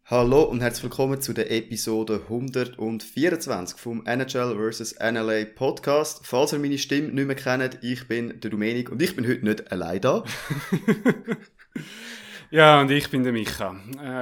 Hallo und herzlich willkommen zu der Episode 124 vom NHL vs. NLA Podcast. Falls ihr meine Stimme nicht mehr kennt, ich bin der Domenik und ich bin heute nicht allein da. Ja, und ich bin der Micha.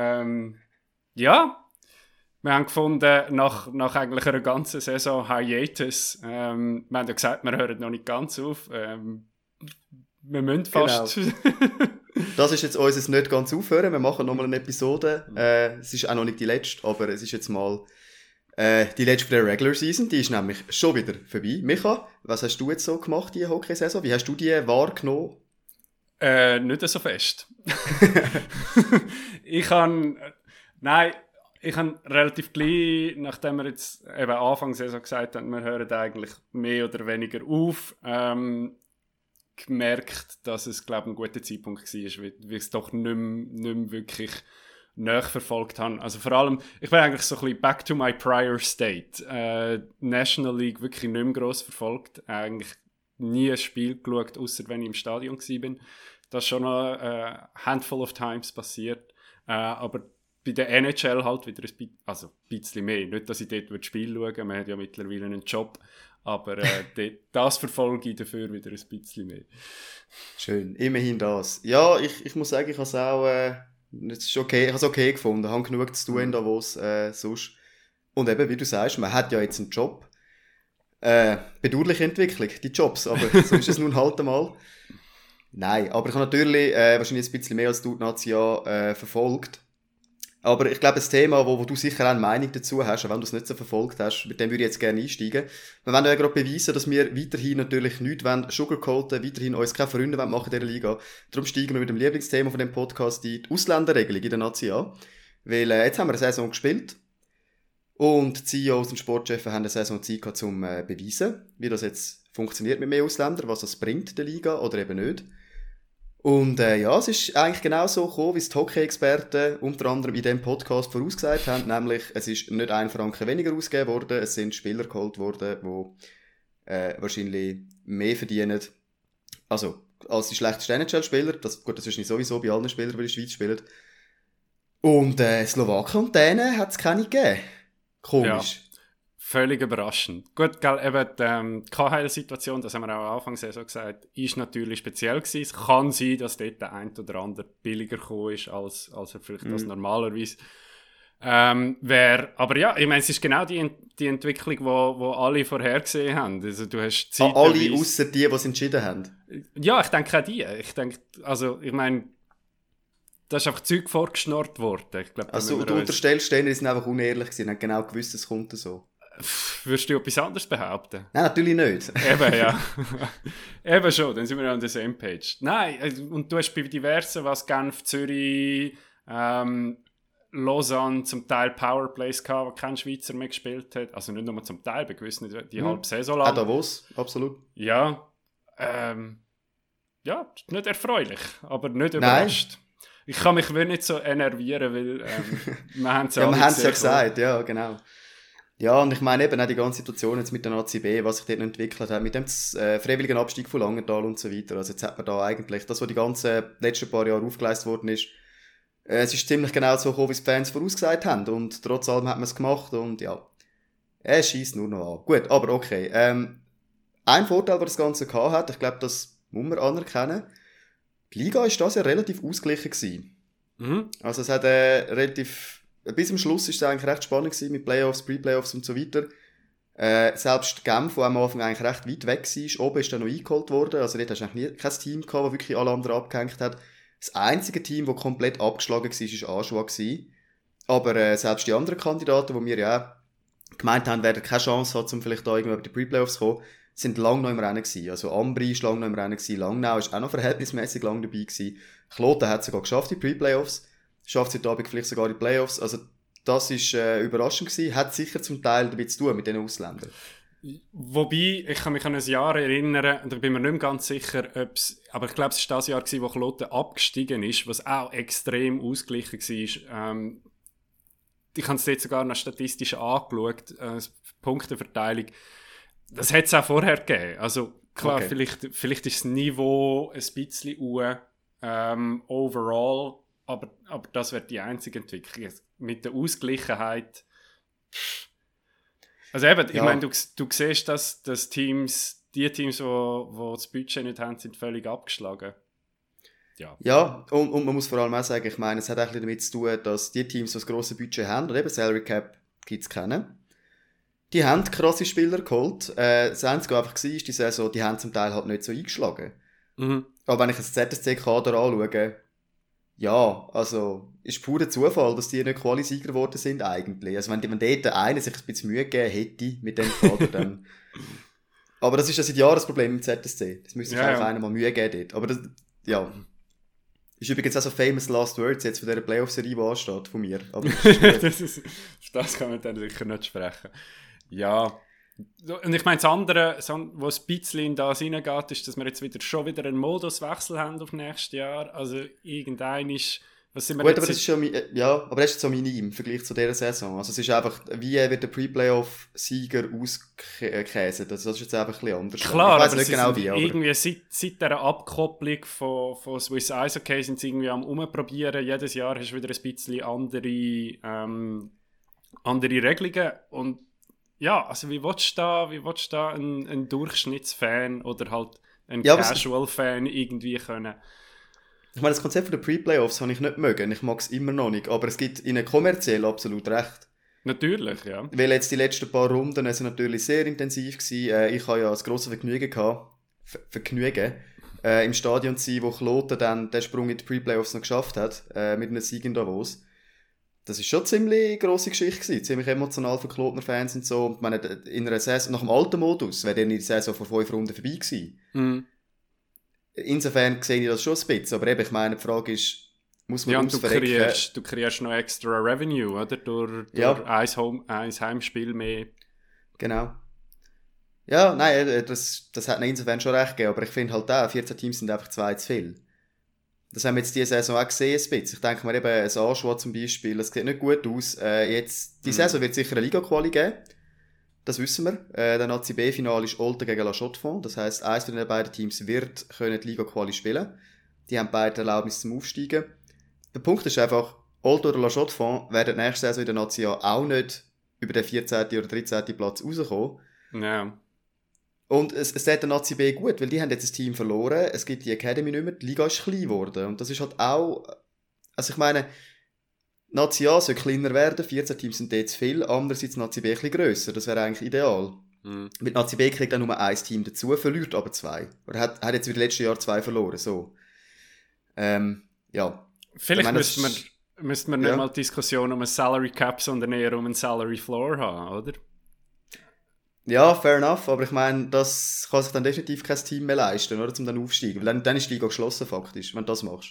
Ja, wir haben gefunden, nach eigentlich einer ganzen Saison Hiatus, wir haben ja gesagt, wir hören noch nicht ganz auf. Wir müssen fast... Genau. Das ist jetzt unser nicht ganz aufhören. Wir machen nochmal eine Episode. Es ist auch noch nicht die letzte, aber es ist jetzt mal die letzte der Regular Season. Die ist nämlich schon wieder vorbei. Micha, was hast du jetzt so gemacht, die Hockeysaison? Wie hast du die wahrgenommen? Nicht so fest. Ich habe relativ gleich, nachdem wir jetzt eben Anfang der Saison gesagt haben, wir hören eigentlich mehr oder weniger auf, gemerkt, dass es, glaube ich, ein guter Zeitpunkt war, weil ich es doch nicht mehr wirklich nachverfolgt habe. Also vor allem, ich bin eigentlich so ein bisschen back to my prior state. National League wirklich nicht mehr gross verfolgt. Eigentlich nie ein Spiel geschaut, außer wenn ich im Stadion war. Das ist schon noch eine handful of times passiert. Aber bei der NHL halt wieder ein bisschen mehr. Nicht, dass ich dort das Spiel schaue, man hat ja mittlerweile einen Job. Aber das verfolge ich dafür wieder ein bisschen mehr. Schön, immerhin das. Ja, ich muss sagen, ich habe es auch ich habe es okay gefunden. Ich habe genug zu tun in Davos sonst. Und eben, wie du sagst, man hat ja jetzt einen Job. Bedauerliche Entwicklung, die Jobs, aber so ist es nun halt einmal. Nein, aber ich habe natürlich wahrscheinlich ein bisschen mehr als du die Nazi verfolgt. Aber ich glaube, ein Thema, wo du sicher auch eine Meinung dazu hast, auch wenn du es nicht so verfolgt hast, mit dem würde ich jetzt gerne einsteigen. Wir wollen ja gerade beweisen, dass wir weiterhin natürlich nichts sugarcoaten, weiterhin uns keine Freunde machen in dieser Liga. Darum steigen wir mit dem Lieblingsthema von dem Podcast die Ausländerregelung in der Nazi an. Weil jetzt haben wir eine Saison gespielt und die CEOs und Sportchefs haben eine Saison Zeit gehabt, um beweisen, wie das jetzt funktioniert mit mehr Ausländern, was das bringt der Liga oder eben nicht. Und es ist eigentlich genau so gekommen, wie es die Hockey-Experten unter anderem in diesem Podcast vorausgesagt haben, nämlich es ist nicht 1 Franken weniger ausgegeben worden, es sind Spieler geholt worden, die wahrscheinlich mehr verdienen, also als die schlechtesten NHL-Spieler, das ist nicht sowieso bei allen Spielern, die in der Schweiz spielen. Und Slowaken und Dänen hat es keine gegeben. Komisch. Ja. Völlig überraschend. Gut, gell, eben die KHL-Situation, das haben wir auch am Anfang der Saison gesagt, ist natürlich speziell gewesen. Es kann sein, dass dort der ein oder andere billiger gekommen ist, als er vielleicht das normalerweise wäre. Aber ja, ich meine, es ist genau die Entwicklung, wo alle vorhergesehen haben. Also du hast alle ausser die es entschieden haben? Ja, ich denke auch die. Ich meine, da ist einfach Zeug vorgeschnurrt worden. Ich glaub, also du unterstellst denen, die sind einfach unehrlich gewesen, haben genau gewusst, es kommt so. Würdest du etwas anderes behaupten? Nein, natürlich nicht. Eben, ja. Eben schon, dann sind wir on the same page. Nein, und du hast bei diversen, was Genf, Zürich, Lausanne zum Teil Powerplays gehabt, wo kein Schweizer mehr gespielt hat. Also nicht nur zum Teil, bei gewissen die halbe Saison lang. Auch Davos, absolut. Ja, nicht erfreulich, aber nicht überrascht. Nein. Ich kann mich nicht so enervieren, weil wir haben es ja gesagt, ja, genau. Ja, und ich meine eben auch die ganze Situation jetzt mit der ACB, was sich dort entwickelt hat, mit dem freiwilligen Abstieg von Langenthal und so weiter. Also jetzt hat man da eigentlich, das, was die ganzen letzten paar Jahre aufgeleistet worden ist, es ist ziemlich genau so gekommen, wie es die Fans vorausgesagt haben. Und trotz allem hat man es gemacht und ja, es scheisst nur noch an. Gut, aber okay. Ein Vorteil, was das Ganze gehabt hat, ich glaube, das muss man anerkennen, die Liga war das ja relativ ausgeglichen gewesen. Mhm. Also es hat bis zum Schluss war es eigentlich recht spannend gewesen, mit Playoffs, Pre-Playoffs und so weiter. Selbst Genf, der am Anfang eigentlich recht weit weg war, oben ist dann noch eingeholt worden. Also dort hast du eigentlich kein Team gehabt, das wirklich alle anderen abgehängt hat. Das einzige Team, das komplett abgeschlagen war, war Aschua gewesen. Aber selbst die anderen Kandidaten, die wir ja auch gemeint haben, werden keine Chance haben, um vielleicht da irgendwie über die Pre-Playoffs zu kommen, sind lange noch im Rennen gewesen. Also Ambri war lange noch im Rennen gewesen, Langnau ist auch noch verhältnismäßig lang dabei gewesen. Kloten hat es sogar geschafft, die Pre-Playoffs. Schafft es heute Abend vielleicht sogar die Playoffs. Also das war überraschend gewesen. Hat sicher zum Teil damit zu tun mit den Ausländern. Wobei, ich kann mich an ein Jahr erinnern, da bin mir nicht mehr ganz sicher, aber ich glaube, es war das Jahr gewesen, wo Kloten abgestiegen ist, was auch extrem ausgeglichen war. Ich habe es jetzt sogar noch statistisch angeschaut, Punkteverteilung. Das hätte es auch vorher gegeben. Also klar, okay. Vielleicht ist das Niveau ein bisschen overall, aber das wird die einzige Entwicklung. Mit der Ausgleichen. Also eben, ich meine, du siehst, dass die Teams, die das Budget nicht haben, sind völlig abgeschlagen. Ja, und man muss vor allem auch sagen, ich meine, es hat auch ein bisschen damit zu tun, dass die Teams, die das grosse Budget haben, und eben Salary Cap gibt es kennen, die haben krasse Spieler geholt. Das Einzige, was einfach war, ist die Saison, die haben zum Teil halt nicht so eingeschlagen. Mhm. Aber wenn ich das ZSC-Kader anschaue, ja, also ist purer Zufall, dass die nicht Quali-Sieger geworden sind eigentlich. Also wenn dort einer sich ein bisschen Mühe gegeben hätte mit dem Kader, dann... Aber das ist ja seit Jahren das Problem im ZSC. Das müsste sich einfach einer mal Mühe geben dort. Aber das, ja... Ist übrigens auch so famous last words jetzt von dieser Playoff-Serie, die ansteht, von mir. Aber das kann man dann sicher nicht sprechen. Ja. Und ich meine, das andere, was ein bisschen in das reingeht, ist, dass wir jetzt schon wieder einen Moduswechsel haben auf nächstes Jahr. Also irgendein ist... Was sind wir gut, aber das ist schon... Ja, aber das ist so minim im Vergleich zu dieser Saison. Also es ist einfach, wie wird der Pre-Playoff-Sieger ausgekäset. Also das ist jetzt einfach ein bisschen anders. Klar, ich weiss nicht genau wie, aber... irgendwie seit dieser Abkopplung von Swiss Ice Hockey sind sie irgendwie am Umprobieren. Jedes Jahr hast du wieder ein bisschen andere Regelungen. Und ja, also wie willst du da einen Durchschnittsfan oder halt einen Casual-Fan irgendwie können... Ich meine, das Konzept der Pre-Playoffs habe ich nicht mögen. Ich mag es immer noch nicht. Aber es gibt ihnen kommerziell absolut recht. Natürlich, ja. Weil jetzt die letzten paar Runden sind natürlich sehr intensiv gewesen. Ich habe ja das grosse Vergnügen gehabt, im Stadion zu sein, wo Kloten dann den Sprung in die Pre-Playoffs noch geschafft hat, mit einem Sieg in Davos. Das ist schon eine ziemlich grosse Geschichte gewesen. Ziemlich emotional für Klotener Fans und so. Und ich meine, in einer Saison, nach dem alten Modus, wäre dann die Saison vor 5 Runden vorbei gewesen. Mhm. Insofern sehe ich das schon ein bisschen, aber eben, ich meine, die Frage ist, muss man ja, und du kreierst noch extra Revenue, oder? Durch ein Heimspiel mehr. Genau. Ja, nein, das hat ihnen insofern schon recht gegeben, aber ich finde halt auch, 14 Teams sind einfach 2 zu viel. Das haben wir jetzt diese Saison auch gesehen, ein bisschen. Ich denke mir eben, ein Anschwad zum Beispiel, das sieht nicht gut aus. Die Saison wird sicher eine Liga-Quali geben. Das wissen wir. Der Nazi-B-Final ist Olten gegen La Chaux-de-Fonds. Das heisst, eines von den beiden Teams wird die Liga-Quali spielen. Die haben beide Erlaubnis zum Aufsteigen. Der Punkt ist einfach, Olten oder La Chaux-de-Fonds werden nächste Saison in der Nazi auch nicht über den 14. oder 13. Platz rauskommen. Ja. Und es tut der Nazi B gut, weil die haben jetzt ein Team verloren. Es gibt die Academy nicht mehr. Die Liga ist klein geworden. Und das ist halt auch... Also ich meine... Nazi A soll kleiner werden, 14 Teams sind dort zu viel, andererseits Nazi B ein bisschen grösser, das wäre eigentlich ideal. Mhm. Mit Nazi B kriegt dann nur ein Team dazu, verliert aber 2. Oder hat jetzt wieder letztes Jahr 2 verloren, so. Ja. Vielleicht müssten wir nicht mal die Diskussion um ein Salary Cap, sondern eher um einen Salary Floor haben, oder? Ja, fair enough, aber ich meine, das kann sich dann definitiv kein Team mehr leisten, oder, um dann aufzusteigen, weil dann ist die Liga geschlossen faktisch, wenn du das machst.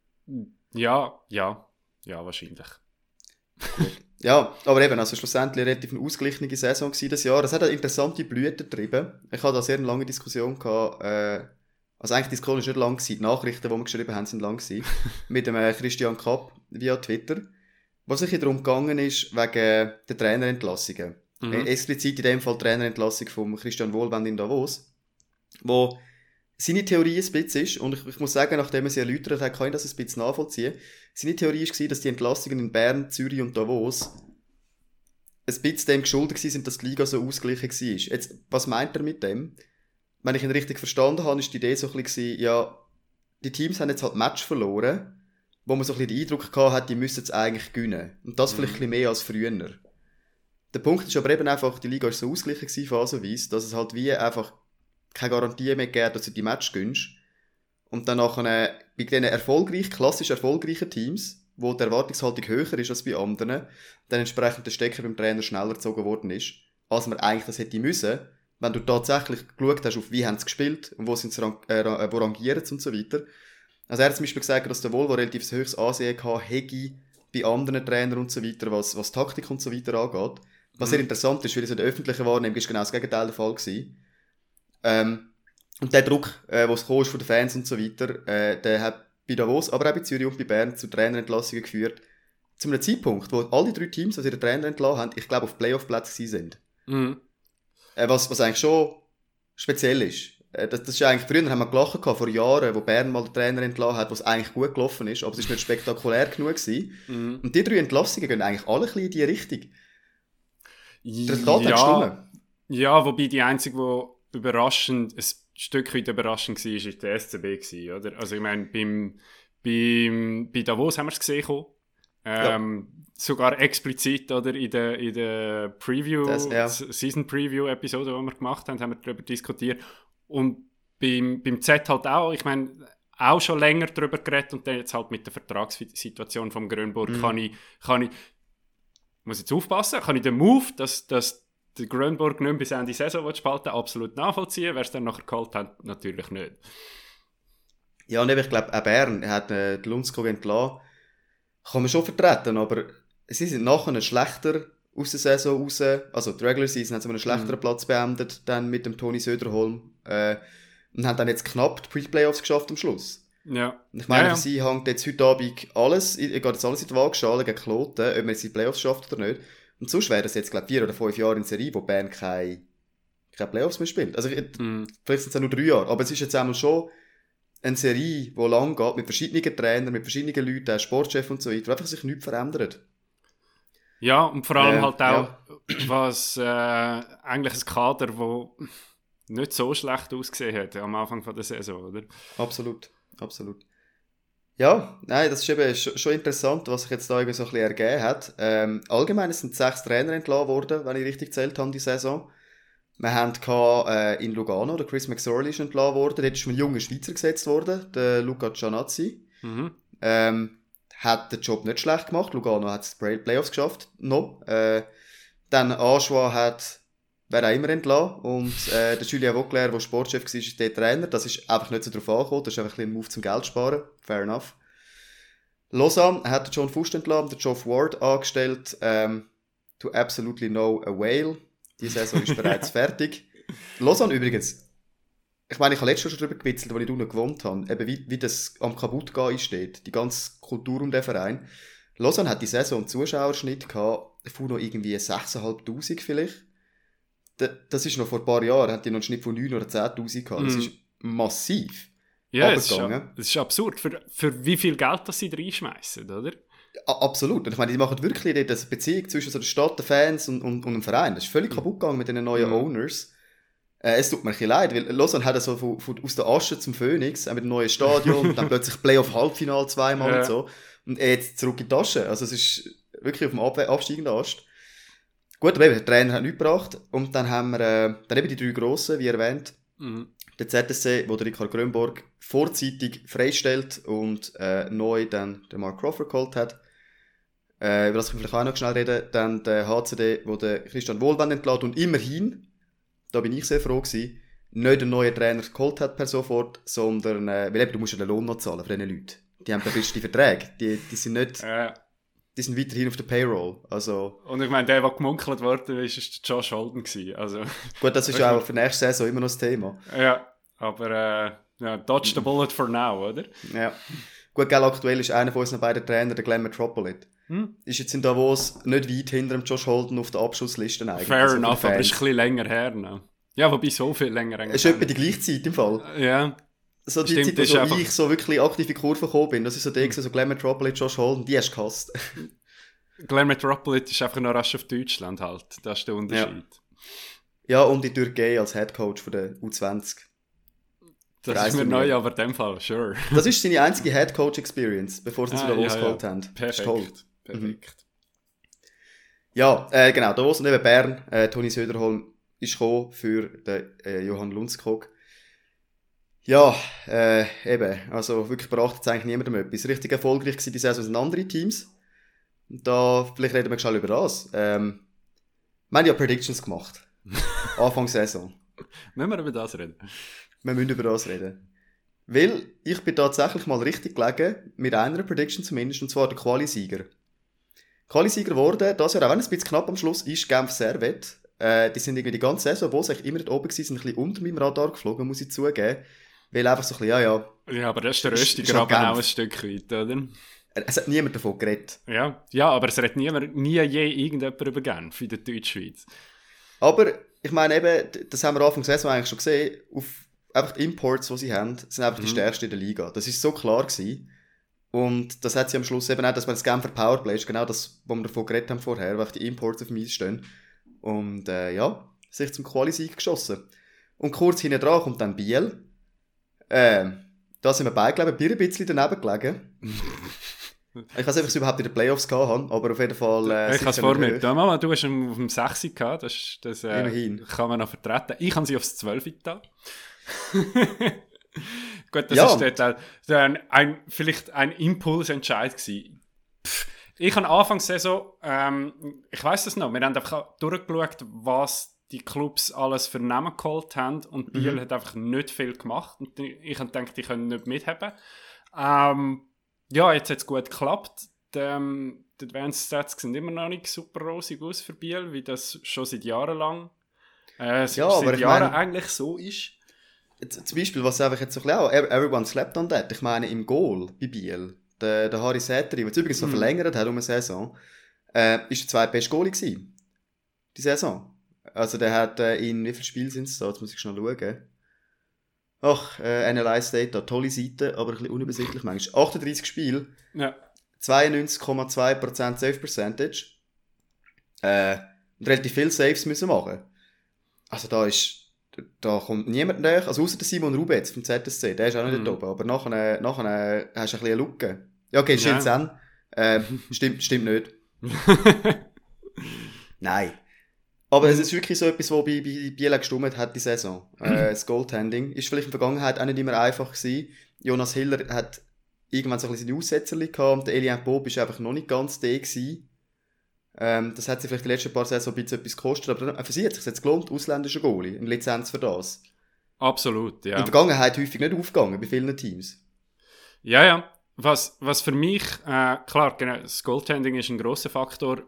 Ja, wahrscheinlich. Ja, aber eben, also schlussendlich eine relativ ausgeglichene Saison gewesen das Jahr. Es hat eine interessante Blüte getrieben. Ich hatte da sehr eine lange Diskussion gehabt, also eigentlich die Diskussion ist nicht lang gewesen, die Nachrichten, die wir geschrieben haben, sind lang gewesen, mit dem Christian Kapp via Twitter. Was sich hier darum gegangen ist, wegen der Trainerentlassungen. Explizit in dem Fall die Trainerentlassung von Christian Wohlwend in Davos, wo seine Theorie ein bisschen ist, und ich muss sagen, nachdem er sie erläutert hat, kann ich das ein bisschen nachvollziehen. Seine Theorie war, dass die Entlassungen in Bern, Zürich und Davos ein bisschen dem geschuldet waren, dass die Liga so ausgeglichen war. Jetzt, was meint er mit dem? Wenn ich ihn richtig verstanden habe, ist die Idee so ein bisschen, ja, die Teams haben jetzt halt Match verloren, wo man so ein bisschen den Eindruck gehabt hat, die müssen es eigentlich gewinnen. Und das vielleicht ein bisschen mehr als früher. Der Punkt ist aber eben einfach, die Liga war so ausgeglichen phasenweise, dass es halt wie einfach keine Garantie mehr gegeben, dass du die Match gönnst. Und dann nachher bei diesen klassisch erfolgreichen Teams, wo die Erwartungshaltung höher ist als bei anderen, dann entsprechend der Stecker beim Trainer schneller gezogen worden ist, als man eigentlich das hätte müssen, wenn du tatsächlich geschaut hast, auf wie haben sie gespielt und wo sind sie wo rangieren und so weiter. Also er hat zum Beispiel gesagt, dass der Volvo relativ ein höchstes Ansehen hatte, hätte bei anderen Trainern und so weiter, was Taktik und so weiter angeht. Was sehr interessant ist, weil es in der öffentlichen Wahrnehmung ist genau das Gegenteil der Fall gewesen. Und der Druck, der von den Fans und so weiter, der hat bei Davos, aber auch bei Zürich und bei Bern zu Trainerentlassungen geführt. Zu einem Zeitpunkt, wo alle 3 Teams, die ihre Trainer entlassen haben, ich glaube, auf Playoff-Plätze sind. Mhm. Was eigentlich schon speziell ist. Das ist ja eigentlich, früher haben wir gelacht gehabt, vor Jahren, wo Bern mal den Trainer entlassen hat, wo es eigentlich gut gelaufen ist, aber es ist nicht spektakulär genug gewesen. Und die 3 Entlassungen gehen eigentlich alle ein bisschen in die Richtung. Das Resultat hat gestimmt. Ja, wobei die einzige, die überraschend, ein Stück weit überraschend war, ist der SCB gewesen, oder? Also ich meine, bei Davos haben wir es gesehen, sogar explizit, oder, in der Preview, Season Preview Episode, die wir gemacht haben, haben wir darüber diskutiert. Und beim Z halt auch, ich meine, auch schon länger darüber geredet und dann jetzt halt mit der Vertragssituation vom Grönborg kann ich, muss jetzt aufpassen, kann ich den Move, dass der Grönborg nicht bis Ende Saison spalten, absolut nachvollziehen. Wer es dann nachher geholt hat, natürlich nicht. Ja, und eben, ich glaube, auch Bern hat den Lundskog entlassen. Kann man schon vertreten, aber sie sind nachher schlechter aus der Saison raus. Also die Regular Season haben sie einen schlechteren Platz beendet, dann mit dem Toni Söderholm. Und haben dann jetzt knapp die Pre-Playoffs geschafft am Schluss. Ja. Und ich meine, für sie hängt jetzt heute Abend alles, ich gehe jetzt alles in die Waagschale gegen Kloten, ob man jetzt die Playoffs schafft oder nicht. Und sonst wäre das jetzt, glaube ich, 4 oder 5 Jahre in Serie, wo Bern keine Playoffs mehr spielt. Also vielleicht sind es ja nur 3 Jahre, aber es ist jetzt einmal schon eine Serie, die lang geht, mit verschiedenen Trainern, mit verschiedenen Leuten, auch Sportchef und so weiter, wo einfach sich nichts verändert. Ja, und vor allem halt auch, was eigentlich ein Kader, das nicht so schlecht ausgesehen hat am Anfang der Saison, oder? Absolut. Ja, nein, das ist eben schon interessant, was sich jetzt da irgendwie so ein bisschen ergeben hat. Allgemein sind 6 Trainer entlassen worden, wenn ich richtig gezählt habe, die Saison. Wir haben in Lugano, der Chris McSorley ist entlassen worden, dort ist ein junger Schweizer gesetzt worden, der Luca Gianazzi. Hat den Job nicht schlecht gemacht, Lugano hat die Playoffs geschafft, noch. Dann Aschua wer auch immer entlassen. Und der Julien Vauclair, der Sportchef war, ist der Trainer. Das ist einfach nicht so drauf angekommen. Das ist einfach ein Move zum Geld sparen. Fair enough. Lausanne hat John Fust entlassen, den Geoff Ward angestellt. To absolutely know a whale. Die Saison ist bereits fertig. Lausanne übrigens, ich meine, ich habe letztes Jahr schon darüber gewitzelt, als ich unten gewohnt habe, eben wie das am Kaputtgehen steht. Die ganze Kultur um den Verein. Lausanne hat die Saison einen Zuschauerschnitt gehabt, von noch irgendwie 6'500 vielleicht. Das ist noch vor ein paar Jahren, hat die noch einen Schnitt von 9.000 oder 10'000 gehabt. Das ist massiv. Ja, das ist absurd. Für wie viel Geld das sie reinschmeißen, oder? Absolut. Und ich meine, die machen wirklich eine Beziehung zwischen so der Stadt, den Fans und dem Verein. Das ist völlig kaputt gegangen mit den neuen Owners. Es tut mir ein bisschen leid, weil Lausanne hat so aus der Asche zum Phönix, mit dem neuen Stadion, und dann plötzlich Playoff-Halbfinale zweimal und so. Und jetzt zurück in die Tasche. Also es ist wirklich auf dem absteigenden Ast. Gut, aber eben, der Trainer hat nichts gebracht. Und dann haben wir dann eben die 3 Grossen, wie erwähnt. Der ZSC, wo der Richard Grönborg vorzeitig freistellt und neu dann den Mark Crawford geholt hat. Über das können wir vielleicht auch noch schnell reden. Dann der HCD, wo der Christian Wohlwend entlässt und immerhin, da bin ich sehr froh gewesen, nicht einen neuen Trainer geholt hat per sofort, sondern, weil eben, du musst ja den Lohn noch zahlen für diese Leute. Die haben befristete Verträge. Die sind nicht... Die sind weiterhin auf der Payroll. Also, und ich meine, der gemunkelt worden ist, ist Josh Holden gewesen. Also, gut, das ist ja auch für nächste Saison immer noch das Thema. Ja, aber dodge the bullet for now, oder? Ja. Gut, gell, aktuell ist einer von unseren beiden Trainern, der Glenn Metropolit. Ist jetzt in Davos nicht weit hinter dem Josh Holden auf der Abschussliste eigentlich. Fair also enough, aber ist ein bisschen länger her. Ne? Ja, wobei so viel länger. Es ist etwa die gleiche Zeit im Fall. Ja. So die Zeit, wo ich so wirklich aktiv in die Kurve gekommen bin, das ist so der, so Glenn Metropolit, Josh Holden, die hast du gehasst. Glenn Metropolit ist einfach noch rasch auf Deutschland halt. Das ist der Unterschied. Ja, und die Türkei als Headcoach von der U20. Das ist mir neu, aber in dem Fall, sure. Das ist seine einzige Headcoach-Experience, bevor sie es wieder losgeholt haben. Perfekt. Ja, genau, Davos und eben Bern. Toni Söderholm ist gekommen für den Johann Lundskog. Ja, eben, also wirklich beachtet es eigentlich niemandem etwas. Richtig erfolgreich gewesen die Saison sind andere Teams. Und da, vielleicht reden wir schnell über das. Wir haben ja Predictions gemacht. Anfang Saison. Müssen wir über das reden? Wir müssen über das reden. Weil ich bin tatsächlich mal richtig gelegen, mit einer Prediction zumindest, und zwar der Quali-Sieger. Quali-Sieger geworden, das Jahr, auch wenn es ein bisschen knapp am Schluss ist, Genf Servette. Die sind irgendwie die ganze Saison, obwohl sie immer dort oben waren, sind ein bisschen unter meinem Radar geflogen, muss ich zugeben. Weil einfach so ein bisschen, Ja, aber das ist der Röstiger aber auch ein Stück weit, oder? Es hat niemand davon geredet. Ja, aber es redet nie je irgendjemand über Genf in der Deutschschweiz. Aber, ich meine eben, das haben wir Anfang der Saison eigentlich schon gesehen, einfach die Imports, die sie haben, sind einfach die stärksten in der Liga. Das ist so klar gewesen. Und das hat sie am Schluss eben auch, dass man das Genfer Powerplay ist, genau das, was wir davon geredet haben vorher, weil die Imports auf dem Eis stehen. Und sich zum Quali-Sieg geschossen. Und kurz hinten dran kommt dann Biel. Da sind wir beide, glaube ich, ein bisschen daneben gelegen. Ich weiß nicht, ob ich es überhaupt in den Playoffs gehabt habe, aber auf jeden Fall... ich habe es vor mir. Mama, du hast ihn auf dem 6 gehabt, das kann man noch vertreten. Ich habe sie aufs 12 getan. Gut, das ist vielleicht ein Impulsentscheid gewesen. Ich habe Anfangs Saison, ich weiss das noch, wir haben einfach durchgeschaut, was die Clubs alles für Namen geholt haben und Biel hat einfach nicht viel gemacht und ich habe gedacht, die können nicht mithaben. Jetzt hat es gut geklappt. Die Advanced Stats sind immer noch nicht super rosig aus für Biel, wie das schon seit Jahren lang eigentlich so ist. Zum Beispiel, was einfach jetzt so ein bisschen auch, everyone slept on that. Ich meine, im Goal bei Biel, der Harry Säteri, der es übrigens noch verlängert hat um eine Saison, ist der zweitbeste Goalie gewesen. Die Saison. Also der hat in, wie viele Spiele sind es da? Jetzt muss ich schnell schauen. Analyze Data, tolle Seite, aber ein bisschen unübersichtlich manchmal. 38 Spiele, 92,2% Save Percentage. Und relativ viele Saves müssen machen. Also da kommt niemand näher, also außer der Simon Rubetz vom ZSC, der ist auch nicht da oben, aber nachher hast du ein bisschen eine Lücke. Ja, okay, Shenzhen. Stimmt nicht. Nein. Aber es ist wirklich so etwas, was bei Biel gestummt hat, die Saison. Das Goaltending ist vielleicht in der Vergangenheit auch nicht immer einfach gewesen. Jonas Hiller hat irgendwann so ein bisschen seine Aussetzer gehabt und der Elian Bob ist einfach noch nicht ganz der gewesen. Das hat sie vielleicht die letzten paar Saison ein bisschen etwas gekostet, aber für sie hat es sich jetzt gelohnt, ausländischer Goalie, eine Lizenz für das. Absolut, ja. In der Vergangenheit häufig nicht aufgegangen, bei vielen Teams. Ja. Was für mich, klar, genau, das Goaltending ist ein grosser Faktor,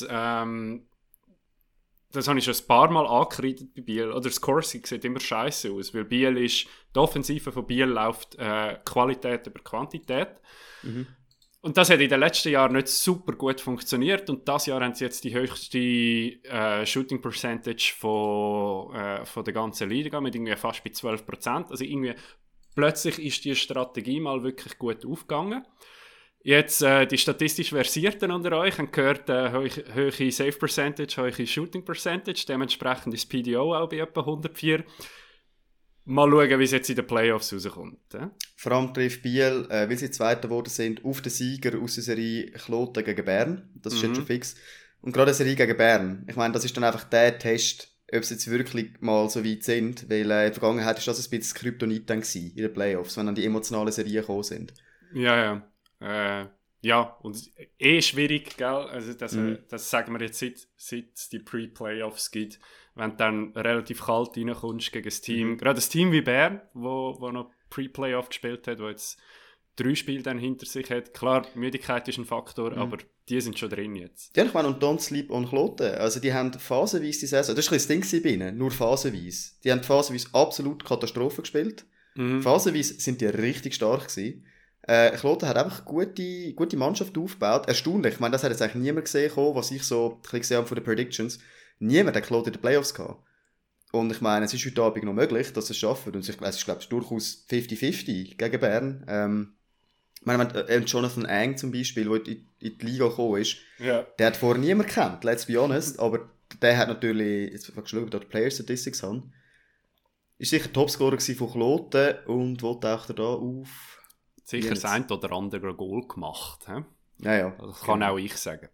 das habe ich schon ein paar Mal angekreidet bei Biel. Oder das Scoring sieht immer scheiße aus, weil die Offensive von Biel läuft Qualität über Quantität. Und das hat in den letzten Jahren nicht super gut funktioniert. Und dieses Jahr haben sie jetzt die höchste Shooting Percentage von der ganzen Liga mit irgendwie fast bei 12%. Also irgendwie plötzlich ist die Strategie mal wirklich gut aufgegangen. Jetzt, die statistisch Versierten unter euch haben gehört, hohe Save Percentage, hohe Shooting Percentage, dementsprechend ist PDO auch bei etwa 104. Mal schauen, wie es jetzt in den Playoffs rauskommt. Vor allem trifft Biel, weil sie Zweiter geworden sind, auf den Sieger aus der Serie Kloten gegen Bern. Das ist jetzt schon fix. Und gerade eine Serie gegen Bern, ich meine, das ist dann einfach der Test, ob sie jetzt wirklich mal so weit sind, weil in der Vergangenheit ist das ein bisschen das Kryptonit dann gewesen, in den Playoffs, wenn dann die emotionalen Serien gekommen sind. Ja. Und schwierig, gell? Also das sagen wir jetzt seit es die Pre-Playoffs gibt, wenn du dann relativ kalt reinkommst gegen das Team, gerade das Team wie Bern, wo noch Pre-Playoff gespielt hat, wo jetzt 3 Spiele dann hinter sich hat. Klar, Müdigkeit ist ein Faktor, aber die sind schon drin jetzt. Ja, ich meine, und Don't Sleep on Kloten, also die haben phasenweise die Saison, das ist ein bisschen das Ding bei ihnen, nur phasenweise. Die haben phasenweise absolut Katastrophe gespielt. Phasenweise sind die richtig stark gewesen. Kloten hat einfach gute Mannschaft aufgebaut. Erstaunlich. Ich meine, das hat jetzt eigentlich niemand gesehen, was ich so ein bisschen gesehen habe von den Predictions. Niemand hat Kloten in den Playoffs gehabt. Und ich meine, es ist heute Abend noch möglich, dass sie es schaffen. Und es ist, glaube ich, durchaus 50-50 gegen Bern. Ich meine, wenn Jonathan Ang zum Beispiel, der in die Liga gekommen ist, der hat vorher niemand gekannt, let's be honest. Aber der hat natürlich, jetzt mal geschaut, ob die Player Statistics haben. Ist sicher Topscorer von Kloten und wo taucht er da auf? Sicher das ein oder andere Goal gemacht. He? Ja. Das kann auch ich sagen.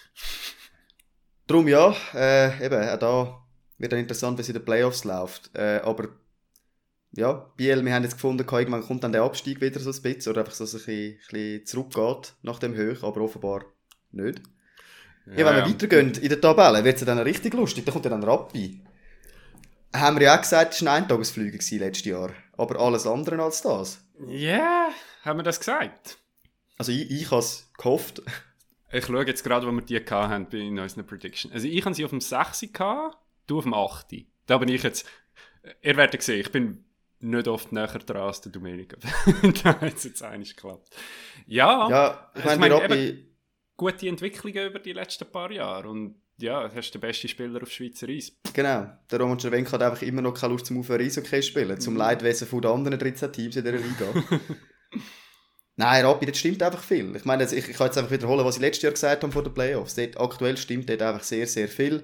Darum eben, auch da wird dann interessant, wie es in den Playoffs läuft. Aber ja, Biel, wir haben jetzt gefunden, irgendwann kommt dann der Abstieg wieder so ein bisschen, oder einfach so ein bisschen zurückgeht nach dem Höch, aber offenbar nicht. Ja, wenn wir weitergehen in der Tabelle, wird es dann richtig lustig, da kommt dann Rappi. Haben wir ja auch gesagt, es war ein Eintagesflüge letztes Jahr, aber alles andere als das. Ja, haben wir das gesagt? Also ich habe es gehofft. Ich schaue jetzt gerade, wo wir die hatten in unseren Prediction. Also ich habe sie auf dem 6 gehabt, du auf dem 8. Da bin ich jetzt... Ihr werdet sehen, ich bin nicht oft näher dran als der Domenico. Da hat es jetzt eigentlich geklappt. Ja, ich meine, gute Entwicklungen über die letzten paar Jahre. Und ja, hast den besten Spieler auf Schweizer Eis. Genau. Der Roman Cervenka hat einfach immer noch keine Lust zum Aufhören Eishockey spielen, zum Leidwesen von den anderen 13 Teams in dieser Liga. Nein, Rappi, das stimmt einfach viel. Ich meine, ich kann jetzt einfach wiederholen, was ich letztes Jahr gesagt habe vor den Playoffs. Dort, aktuell stimmt dort einfach sehr, sehr viel.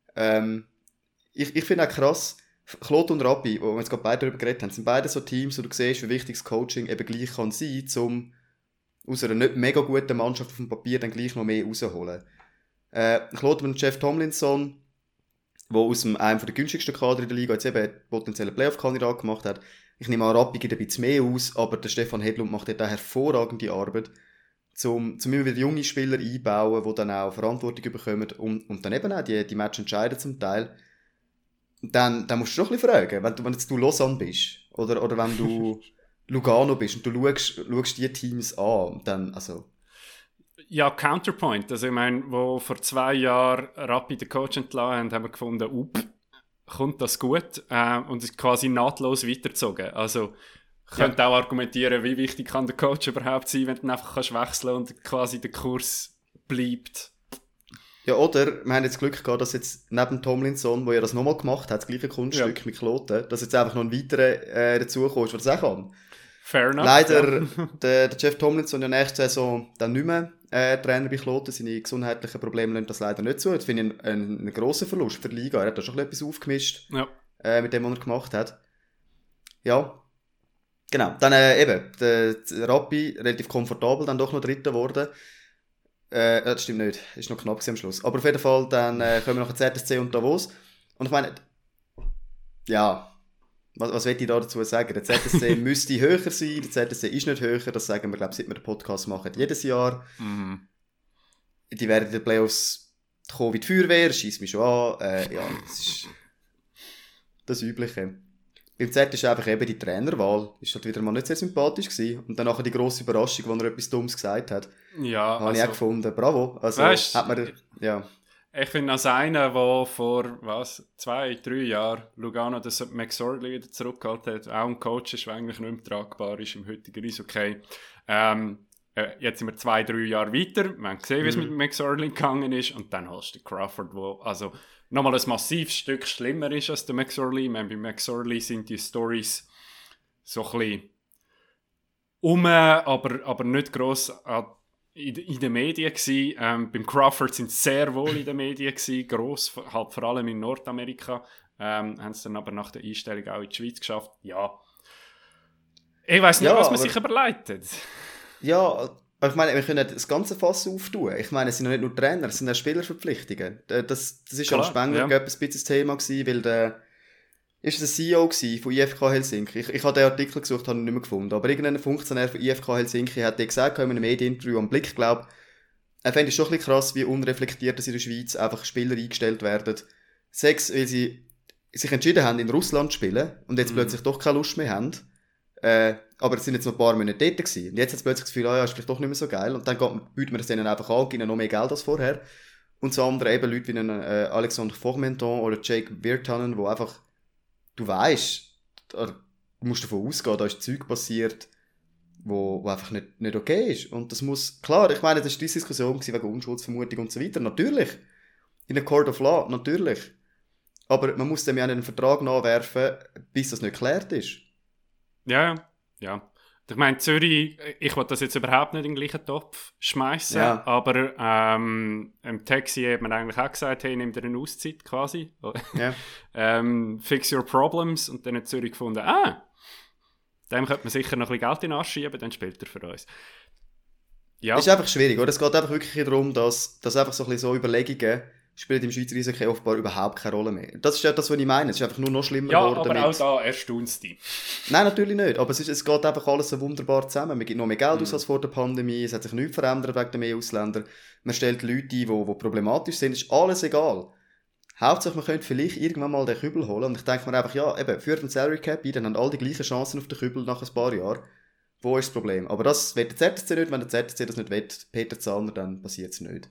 Ich finde auch krass, Claude und Rappi, wo wir jetzt gerade beide darüber geredet haben, sind beide so Teams, wo du siehst, wie wichtig das Coaching eben gleich kann sein, um aus einer nicht mega guten Mannschaft auf dem Papier dann gleich noch mehr rausholen. Claude und Jeff Tomlinson, der aus einem der günstigsten Kader in der Liga jetzt eben einen potenziellen Playoff-Kandidat gemacht hat. Ich nehme an, Rappi gibt ein bisschen mehr aus, aber der Stefan Hedlund macht dort auch hervorragende Arbeit, um immer wieder junge Spieler einbauen, die dann auch Verantwortung bekommen und dann eben auch die Match entscheiden zum Teil. Dann musst du schon ein bisschen fragen, wenn jetzt du Lausanne bist oder wenn du Lugano bist und du schaust die Teams an, dann, also... Ja, Counterpoint. Also ich meine, wo vor 2 Jahren Rappi den Coach entlassen haben wir gefunden, kommt das gut und ist quasi nahtlos weitergezogen. Also ich könnte auch argumentieren, wie wichtig kann der Coach überhaupt sein, wenn du einfach kannst wechseln und quasi der Kurs bleibt. Ja, oder wir haben jetzt Glück gehabt, dass jetzt neben Tomlinson, der ja das nochmal gemacht hat, das gleiche Kunststück mit Kloten, dass jetzt einfach noch ein weiterer dazukommt, der das auch kann. Fair enough. Leider, der Jeff Tomlinson in der nächsten Saison dann nicht mehr Trainer bei Kloten. Seine gesundheitlichen Probleme lassen das leider nicht zu. Das finde ich einen grossen Verlust für die Liga. Er hat da schon etwas aufgemischt, mit dem, was er gemacht hat. Ja, genau. Dann eben, der Rappi, relativ komfortabel, dann doch noch Dritter geworden. Das stimmt nicht, ist noch knapp am Schluss. Aber auf jeden Fall, dann kommen wir noch ZSC und Davos. Und ich meine, ja... Was will ich da dazu sagen? Der ZSC müsste höher sein, der ZSC ist nicht höher, das sagen wir, glaube ich, seit wir den Podcast machen, jedes Jahr. Mhm. Die werden in den Playoffs kommen wie die Feuerwehr, schießt mich schon an. Ja, das ist das Übliche. Beim Z ist einfach eben die Trainerwahl, ist halt wieder mal nicht sehr sympathisch gewesen. Und dann nachher die grosse Überraschung, wo er etwas Dummes gesagt hat. Ja, habe ich auch gefunden. Bravo. Also, weißt, hat man, ja. Ich finde, als einer, der vor 2-3 Jahren Lugano das McSorley wieder zurückgehalten hat, auch ein Coach ist, der eigentlich nicht mehr tragbar ist im heutigen Eishockey. Jetzt sind wir 2-3 Jahre weiter. Wir haben gesehen, wie es mit McSorley gegangen ist. Und dann hast du den Crawford, der also nochmal ein massives Stück schlimmer ist als der McSorley. Bei McSorley sind die Stories so ein bisschen aber nicht gross in den Medien gsi. Beim Crawford sind sie sehr wohl in den Medien gsi, gross, halt vor allem in Nordamerika. Haben es dann aber nach der Einstellung auch in die Schweiz geschafft. Ja. Ich weiss nicht, was man sich überleitet. Ja, aber ich meine, wir können das ganze Fass auftun. Ich meine, es sind ja nicht nur Trainer, es sind auch Spielerverpflichtungen. Das ist ja am Spengler ein bisschen das Thema gewesen, weil der ist der CEO von IFK Helsinki. Ich habe den Artikel gesucht, habe ihn nicht mehr gefunden. Aber irgendein Funktionär von IFK Helsinki hat gesagt in einem Medieninterview am Blick, glaube er fände es schon ein bisschen krass, wie unreflektiert dass in der Schweiz einfach Spieler eingestellt werden. Sechs, weil sie sich entschieden haben, in Russland zu spielen und jetzt plötzlich doch keine Lust mehr haben. Aber es sind jetzt noch ein paar Monate dort gewesen. Und jetzt hat es plötzlich das Gefühl, ist vielleicht doch nicht mehr so geil. Und dann bietet man das denen einfach an, geben noch mehr Geld als vorher. Und so andere eben Leute wie Alexandre Formenton oder Jake Virtanen, wo einfach du weisst, du musst davon ausgehen, da ist Zeug passiert, wo einfach nicht okay ist. Und das muss, klar, ich meine, das war die Diskussion wegen Unschuldsvermutung und so weiter. Natürlich. In der Court of Law, natürlich. Aber man muss dem ja einen Vertrag nachwerfen, bis das nicht geklärt ist. Ja. Ich meine, Zürich, ich will das jetzt überhaupt nicht in den gleichen Topf schmeißen, aber im Taxi hat man eigentlich auch gesagt, hey, nimm dir eine Auszeit quasi. Ja. Fix your problems. Und dann hat Zürich gefunden, dem könnte man sicher noch ein bisschen Geld in den Arsch schieben, dann spielt er für uns. Ja. Das ist einfach schwierig, oder? Es geht einfach wirklich darum, dass einfach so ein bisschen so Überlegungen spielt im Schweizer Eishockey offenbar überhaupt keine Rolle mehr. Das ist ja das, was ich meine. Es ist einfach nur noch schlimmer geworden. Ja, aber auch da erstaunt es dich. Nein, natürlich nicht. Aber es geht einfach alles so wunderbar zusammen. Man gibt noch mehr Geld aus als vor der Pandemie. Es hat sich nichts verändert wegen der mehr Ausländer. Man stellt Leute ein, die problematisch sind. Es ist alles egal. Hauptsache, man könnte vielleicht irgendwann mal den Kübel holen. Und ich denke mir einfach, ja, eben, führt den Salary Cap ein, dann haben alle die gleichen Chancen auf den Kübel nach ein paar Jahren. Wo ist das Problem? Aber das will der ZSC nicht. Wenn der ZSC das nicht will, Peter Zahner, dann passiert es nicht.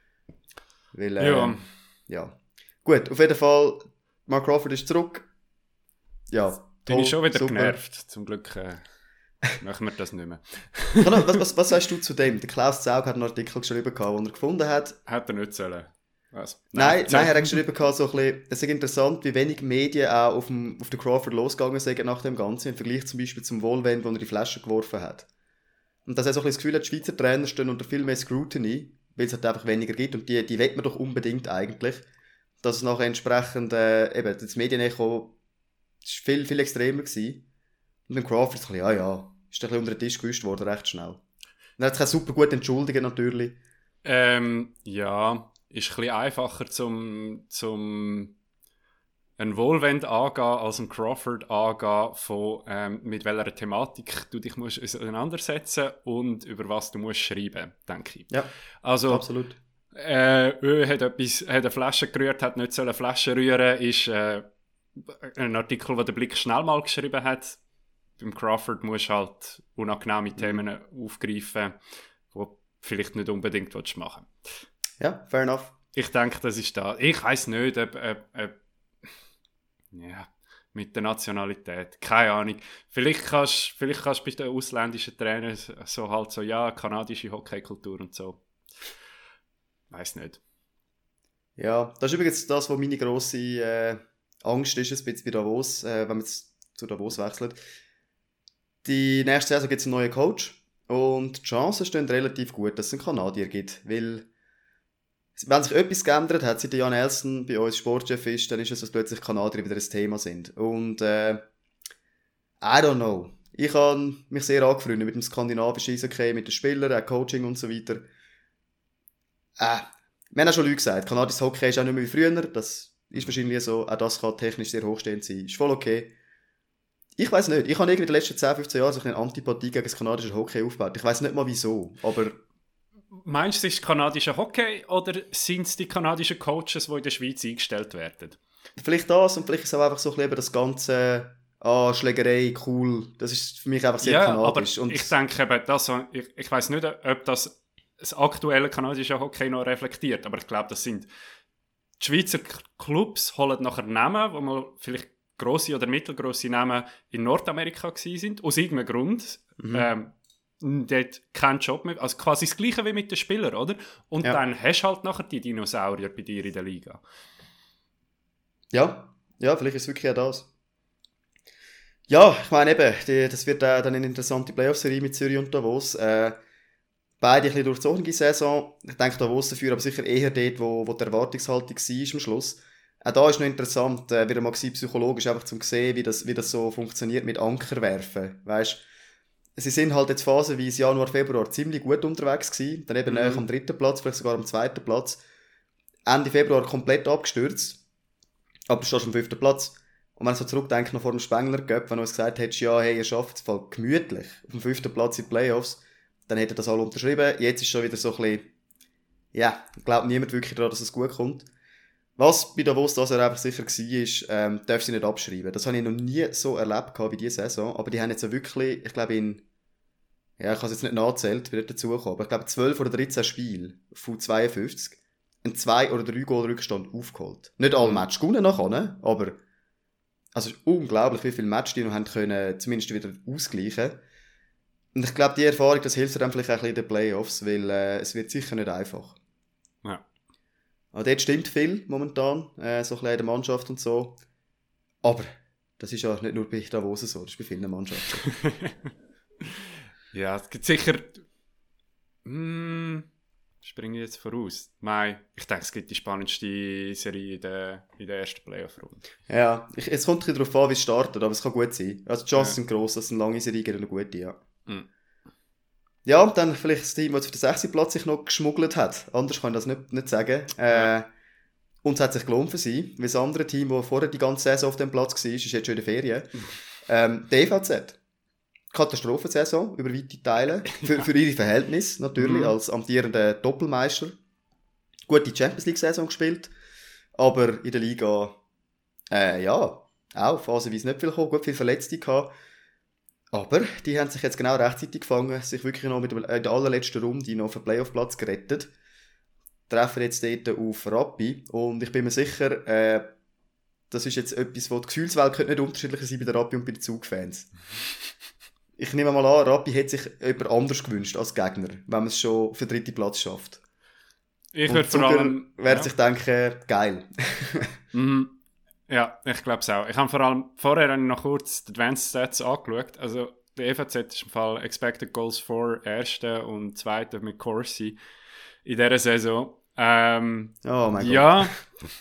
Weil, ja. Gut, auf jeden Fall, Mark Crawford ist zurück. Ja, toll, bin ich schon wieder genervt. Zum Glück machen wir das nicht mehr. Was sagst du zu dem? Der Klaus Zaug hat einen Artikel geschrieben, den er gefunden hat. Hätte er nicht sollen. Was? Nein, er hat geschrieben, so ein bisschen, es ist interessant, wie wenig Medien auch auf den Crawford losgegangen sind nach dem Ganzen, im Vergleich zum Beispiel zum Wohlwend, wo er die Flasche geworfen hat. Und dass er so ein bisschen das Gefühl hat, die Schweizer Trainer stehen unter viel mehr Scrutiny, weil es halt einfach weniger gibt und die will man doch unbedingt eigentlich, dass es nachher entsprechend, eben, das Medienecho ist viel, viel extremer gewesen. Und beim Crawford ist ein bisschen, ja, ist ein bisschen unter den Tisch gewischt worden, recht schnell. Und er hat sich auch super gut entschuldigen, natürlich. Ja, ist ein bisschen einfacher zum einen Wohlwend angehen als einen Crawford angehen von mit welcher Thematik du dich musst auseinandersetzen und über was du musst schreiben, denke ich. Ja, also, absolut. Hat eine Flasche gerührt, hat nicht so eine Flasche rühren, ist ein Artikel, den der Blick schnell mal geschrieben hat. Beim Crawford musst du halt unangenehme Themen aufgreifen, die vielleicht nicht unbedingt machen willst. Ja, fair enough. Ich denke, das ist da. Ich weiss nicht, ob ja, mit der Nationalität. Keine Ahnung. Vielleicht kannst du bei den ausländischen Trainern so halt so, ja, kanadische Hockeykultur und so. Weiss nicht. Ja, das ist übrigens das, was meine grosse Angst ist, ein bisschen bei Davos, wenn man jetzt zu Davos wechselt. Die nächste Saison gibt es einen neuen Coach und die Chancen stehen relativ gut, dass es einen Kanadier gibt, weil wenn sich etwas geändert hat, seit Jan Nelson bei uns Sportchef ist, dann ist es, dass plötzlich Kanadier wieder ein Thema sind. Und I don't know. Ich habe mich sehr angefreundet mit dem skandinavischen Eishockey, mit den Spielern, auch Coaching und so weiter. Wir haben auch schon Leute gesagt, kanadisches Hockey ist auch nicht mehr wie früher, das ist wahrscheinlich so, auch das kann technisch sehr hochstehend sein. Ist voll okay. Ich weiss nicht, ich habe irgendwie in den letzten 10, 15 Jahren so eine Antipathie gegen das kanadische Hockey aufgebaut. Ich weiss nicht mal wieso, aber... Meinst du, es ist kanadische Hockey oder sind es die kanadischen Coaches, die in der Schweiz eingestellt werden? Vielleicht das und vielleicht ist es auch einfach so ein bisschen das ganze Schlägerei, cool. Das ist für mich einfach sehr kanadisch. Aber ich denke eben, ich weiss nicht, ob das aktuelle kanadische Hockey noch reflektiert, aber ich glaube, das sind die Schweizer Clubs holen nachher Namen, wo man vielleicht grosse oder mittelgrosse Namen in Nordamerika sind, aus irgendeinem Grund. Dort keinen Job mehr, also quasi das Gleiche wie mit den Spielern, oder? Und dann hast du halt nachher die Dinosaurier bei dir in der Liga. Ja, vielleicht ist es wirklich auch das. Ja, ich meine eben, das wird dann eine interessante Playoff-Serie mit Zürich und Davos. Beide ein bisschen durchzogene Saison. Ich denke, Davos dafür aber sicher eher dort, wo die Erwartungshaltung war am Schluss. Auch da ist noch interessant, wieder mal psychologisch, einfach zum sehen, wie das so funktioniert mit Anker werfen. Weißt, sie sind halt jetzt phasenweise Januar, Februar ziemlich gut unterwegs gewesen. Dann eben näher am 3. Platz, vielleicht sogar am 2. Platz. Ende Februar komplett abgestürzt. Aber du stehst am 5. Platz. Und wenn ich so zurückdenke, noch vor dem Spengler Cup, wenn du uns gesagt hättest, ja, hey, ihr schafft es voll gemütlich auf dem 5. Platz in den Playoffs, dann hätte er das alle unterschrieben. Jetzt ist schon wieder so ein bisschen, ja, glaubt niemand wirklich daran, dass es gut kommt. Was bei Davos das einfach sicher war, darf sie nicht abschreiben. Das habe ich noch nie so erlebt wie diese Saison. Aber die haben jetzt wirklich, ich glaube ich habe es jetzt nicht nachgezählt, wie dort dazugekommen, aber ich glaube 12 oder 13 Spiele von 52 einen 2 oder 3 Goal Rückstand aufgeholt. Nicht alle Matches gewonnen nachher, aber also es ist unglaublich, wie viele Matches die noch haben können, zumindest wieder ausgleichen. Und ich glaube, die Erfahrung, das hilft dann vielleicht auch ein bisschen in den Playoffs, weil es wird sicher nicht einfach. Ja. Aber dort stimmt viel momentan, so ein bisschen in der Mannschaft und so. Aber das ist ja nicht nur bei Davos so, das ist bei vielen Mannschaften. Ja, es gibt sicher... springe ich jetzt voraus? Nein, ich denke, es gibt die spannendste Serie in der ersten Playoff-Runde. Ja, es kommt ein bisschen darauf an, wie es startet, aber es kann gut sein. Also die Chancen sind gross, dass es eine lange Serie gibt und eine gute, ja. Ja, und dann vielleicht das Team, das auf den 6. Platz sich noch geschmuggelt hat. Anders kann ich das nicht sagen. Und es hat sich gelohnt für sie, weil das andere Team, das vorher die ganze Saison auf dem Platz war, ist jetzt schon in der Ferien. Der EVZ. Katastrophensaison über weite Teile. Für ihre Verhältnisse natürlich, als amtierender Doppelmeister. Gute Champions League-Saison gespielt. Aber in der Liga, auch phasenweise nicht viel gekommen, gut viel Verletzte gehabt. Aber die haben sich jetzt genau rechtzeitig gefangen, sich wirklich noch in der allerletzten Runde noch auf den Playoff-Platz gerettet. Treffen jetzt dort auf Rappi. Und ich bin mir sicher, das ist jetzt etwas, wo die Gefühlswelt könnte nicht unterschiedlicher sein bei den Rappi und bei den Zugfans. Ich nehme mal an, Rappi hätte sich jemand anders gewünscht als Gegner, wenn man es schon für den 3. Platz schafft. Ich Und würde vor Zucker allem... wird sich denken, geil. Mhm. Ja, ich glaube es auch. Ich habe vor allem vorher noch kurz die Advanced Stats angeschaut. Also der EVZ ist im Fall Expected Goals for Erste und Zweite mit Corsi in dieser Saison. Oh mein Gott. Ja,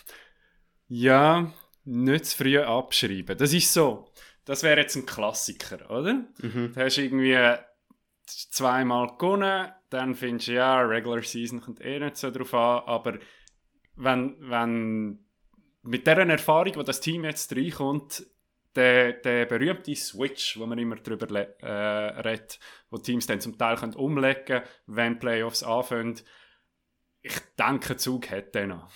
ja, nicht zu früh abschreiben. Das ist so. Das wäre jetzt ein Klassiker, oder? Mhm. Du hast irgendwie zweimal gewonnen, dann findest du, ja, Regular Season kommt eh nicht so drauf an, aber wenn mit dieser Erfahrung, wo das Team jetzt reinkommt, der berühmte Switch, wo man immer drüber redet, wo Teams dann zum Teil können umlegen können, wenn Playoffs anfangen, ich denke, Zug hat den noch.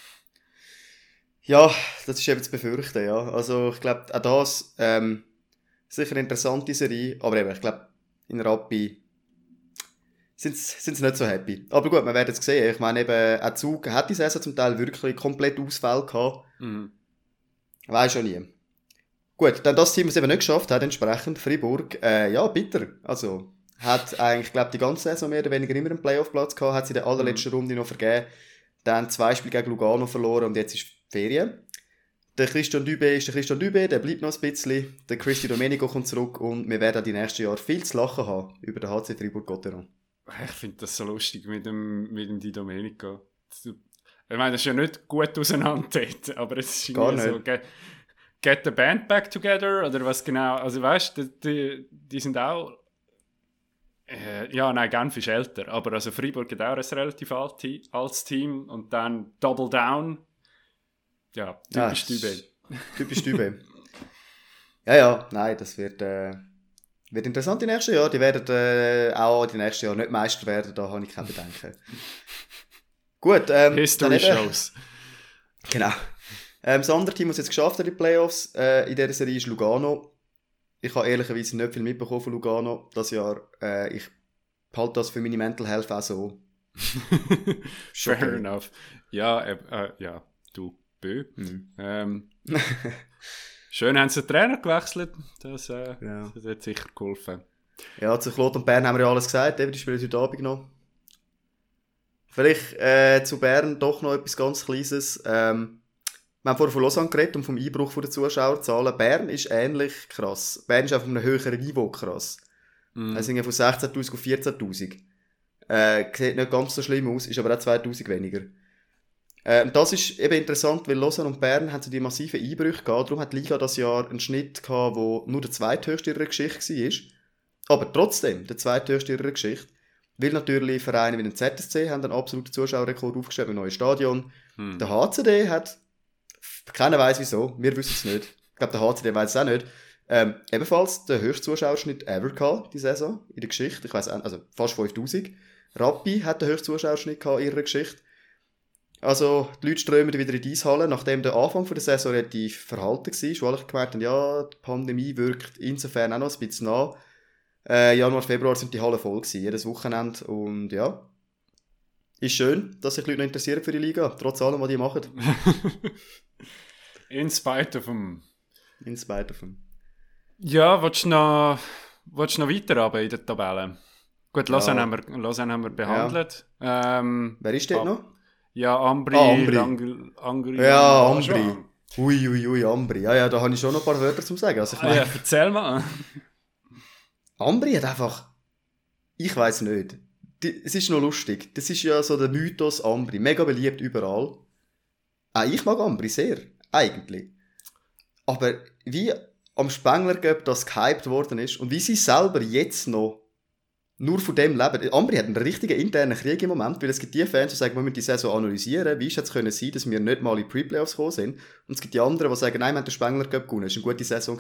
Ja, das ist eben zu befürchten, ja. Also ich glaube, auch das sicher eine interessante Serie, aber eben, ich glaube, in Rappi sind sie nicht so happy. Aber gut, wir werden es sehen. Ich meine eben, auch Zug hat die Saison zum Teil wirklich komplett Ausfall gehabt. Mhm. Weiß schon nie. Gut, dann das Team, das es eben nicht geschafft hat, entsprechend Freiburg, ja, bitter. Also, hat eigentlich, glaube die ganze Saison mehr oder weniger immer einen Playoff-Platz gehabt, hat sie in der allerletzten Runde noch vergeben, dann 2 Spiele gegen Lugano verloren und jetzt ist Ferien. Der Christian Dubé, der bleibt noch ein bisschen. Der Cristi Domenico kommt zurück und wir werden die nächsten Jahre viel zu lachen haben über den HC Fribourg-Gotteron. Ich finde das so lustig mit dem Di Domenico. Ich meine, das ist ja nicht gut auseinander dort, aber es ist Gar irgendwie so, get the band back together, oder was genau, also weißt du, die sind auch, ja, nein, Genf ist älter, aber also Freiburg hat auch ein relativ altes Team und dann Double Down, ja, typisch Dübel. Typisch Dübel. Ja, nein, das wird interessant die nächsten Jahre. Die werden auch die nächsten Jahre nicht Meister werden, da habe ich keine Bedenken. Gut, History shows. Genau. Das andere Team, das jetzt geschafft hat in die Playoffs in dieser Serie, ist Lugano. Ich habe ehrlicherweise nicht viel mitbekommen von Lugano das Jahr. Ich halte das für meine Mental Health auch so. Fair enough. Ja, ja, du, bö. Schön haben sie den Trainer gewechselt. Das hat sicher geholfen. Ja, zu Claude und Bern haben wir ja alles gesagt. Eben, die spielen heute Abend noch. Vielleicht zu Bern doch noch etwas ganz Kleines. Wir haben vorhin von Lausanne geredet und vom Einbruch der Zuschauerzahlen. Bern ist ähnlich krass. Bern ist einfach auf einem höheren Niveau krass. Also von 16'000 auf 14'000. Sieht nicht ganz so schlimm aus, ist aber auch 2'000 weniger. Und das ist eben interessant, weil Lausanne und Bern haben so die massiven Einbrüche gehabt. Darum hat die Liga das Jahr einen Schnitt gehabt, der nur der zweithöchste ihrer Geschichte war. Aber trotzdem der zweithöchste ihrer Geschichte. Weil natürlich Vereine wie den ZSC haben einen absoluten Zuschauerrekord aufgestellt im neuen Stadion. Der HCD hat, keiner weiss wieso, wir wissen es nicht. Ich glaube, der HCD weiss es auch nicht. Ebenfalls der höchste Zuschauerschnitt ever gehabt, die Saison, in der Geschichte. Ich weiss also fast 5'000. Rappi hat den höchsten Zuschauerschnitt gehabt in ihrer Geschichte. Also, die Leute strömen wieder in die Eishalle, nachdem der Anfang der Saison relativ verhalten war, wo alle gemerkt haben, ja, die Pandemie wirkt insofern auch noch ein bisschen nach. Januar, Februar sind die Hallen voll gewesen, jedes Wochenende. Und ja, ist schön, dass sich die Leute noch interessieren für die Liga, trotz allem, was die machen. In spite of them. In spite of them. Ja, willst du noch weiter runter in der Tabelle? Gut, Lausanne haben wir behandelt. Ja. Wer ist dort noch? Ja, Ambri. Ambri. Ja, Ambri. Ui, Ambri. Ja, da habe ich schon noch ein paar Wörter zum sagen. Also ich meine, erzähl mal. Ambri hat einfach, ich weiss nicht, es ist noch lustig. Das ist ja so der Mythos Ambri. Mega beliebt überall. Auch ich mag Ambri sehr, eigentlich. Aber wie am Spengler Cup das gehypt worden ist und wie sie selber jetzt noch nur von dem leben. Ambri hat einen richtigen internen Krieg im Moment, weil es gibt die Fans, die sagen, wir müssen die Saison analysieren. Wie ist es können sein, dass wir nicht mal in die Pre-Playoffs gekommen sind? Und es gibt die anderen, die sagen, nein, wir haben den Spengler Cup gewonnen. Es war eine gute Saison.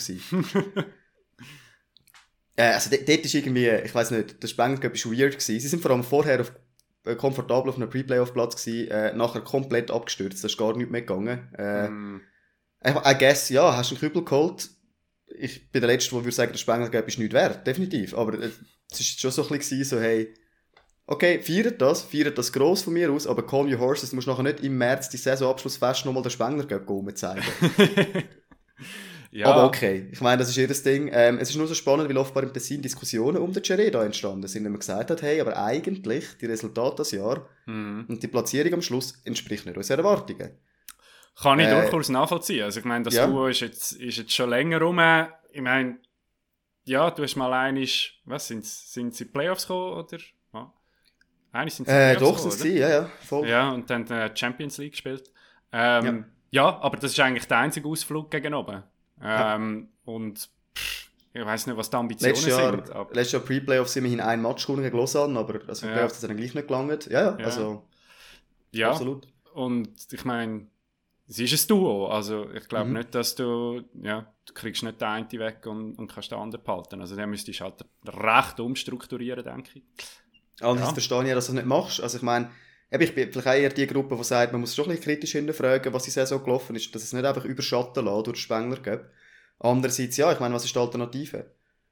Also dort ist irgendwie, ich weiss nicht, der Spengler Cup war weird gewesen. Sie sind vor allem vorher komfortabel auf einem Pre-Playoff-Platz gewesen, nachher komplett abgestürzt. Da ist gar nichts mehr gegangen. I guess, ja, hast du einen Kübel geholt. Ich bin der Letzte, der würde sagen, der Spengler Cup ist nichts wert. Definitiv. Aber es war schon so ein bisschen so, hey, okay, feiert das gross von mir aus, aber calm your horses, du musst nachher nicht im März die Saisonabschlussfest nochmal den Spengler Cup zeigen. Ja. Aber okay, ich meine, das ist jedes Ding. Es ist nur so spannend, weil offenbar im Tessin Diskussionen um den Cereda entstanden sind, wenn man gesagt hat, hey, aber eigentlich, die Resultate das Jahr und die Platzierung am Schluss entspricht nicht unseren Erwartungen. Kann ich durchaus nachvollziehen. Also ich meine, das Duo ist jetzt schon länger rum. Ich meine, ja, du hast mal einig, was sind sie Playoffs gekommen, oder? Ja. Einig sind sie Playoffs doch, gekommen, sind sie, ja, voll. Ja, und dann Champions League gespielt. Ja, aber das ist eigentlich der einzige Ausflug gegen oben. Und ich weiß nicht, was die Ambitionen sind. Letztes Jahr Pre-Playoffs immerhin ein Match gewonnen gegen Lausanne, aber also Playoffs hat dann gleich nicht gelangt. Ja, also absolut. Und ich meine, es ist ein Duo, also ich glaube nicht, dass du kriegst nicht den einen weg und kannst den anderen behalten. Also den müsstest du halt recht umstrukturieren, denke ich. Andererseits verstehe ich ja, dass du das nicht machst. Also ich meine, ich bin vielleicht eher die Gruppe, die sagt, man muss schon ein bisschen kritisch hinterfragen, was die Saison gelaufen ist, dass es nicht einfach überschatten lässt durch Spengler gibt. Andererseits, ja, ich meine, was ist die Alternative?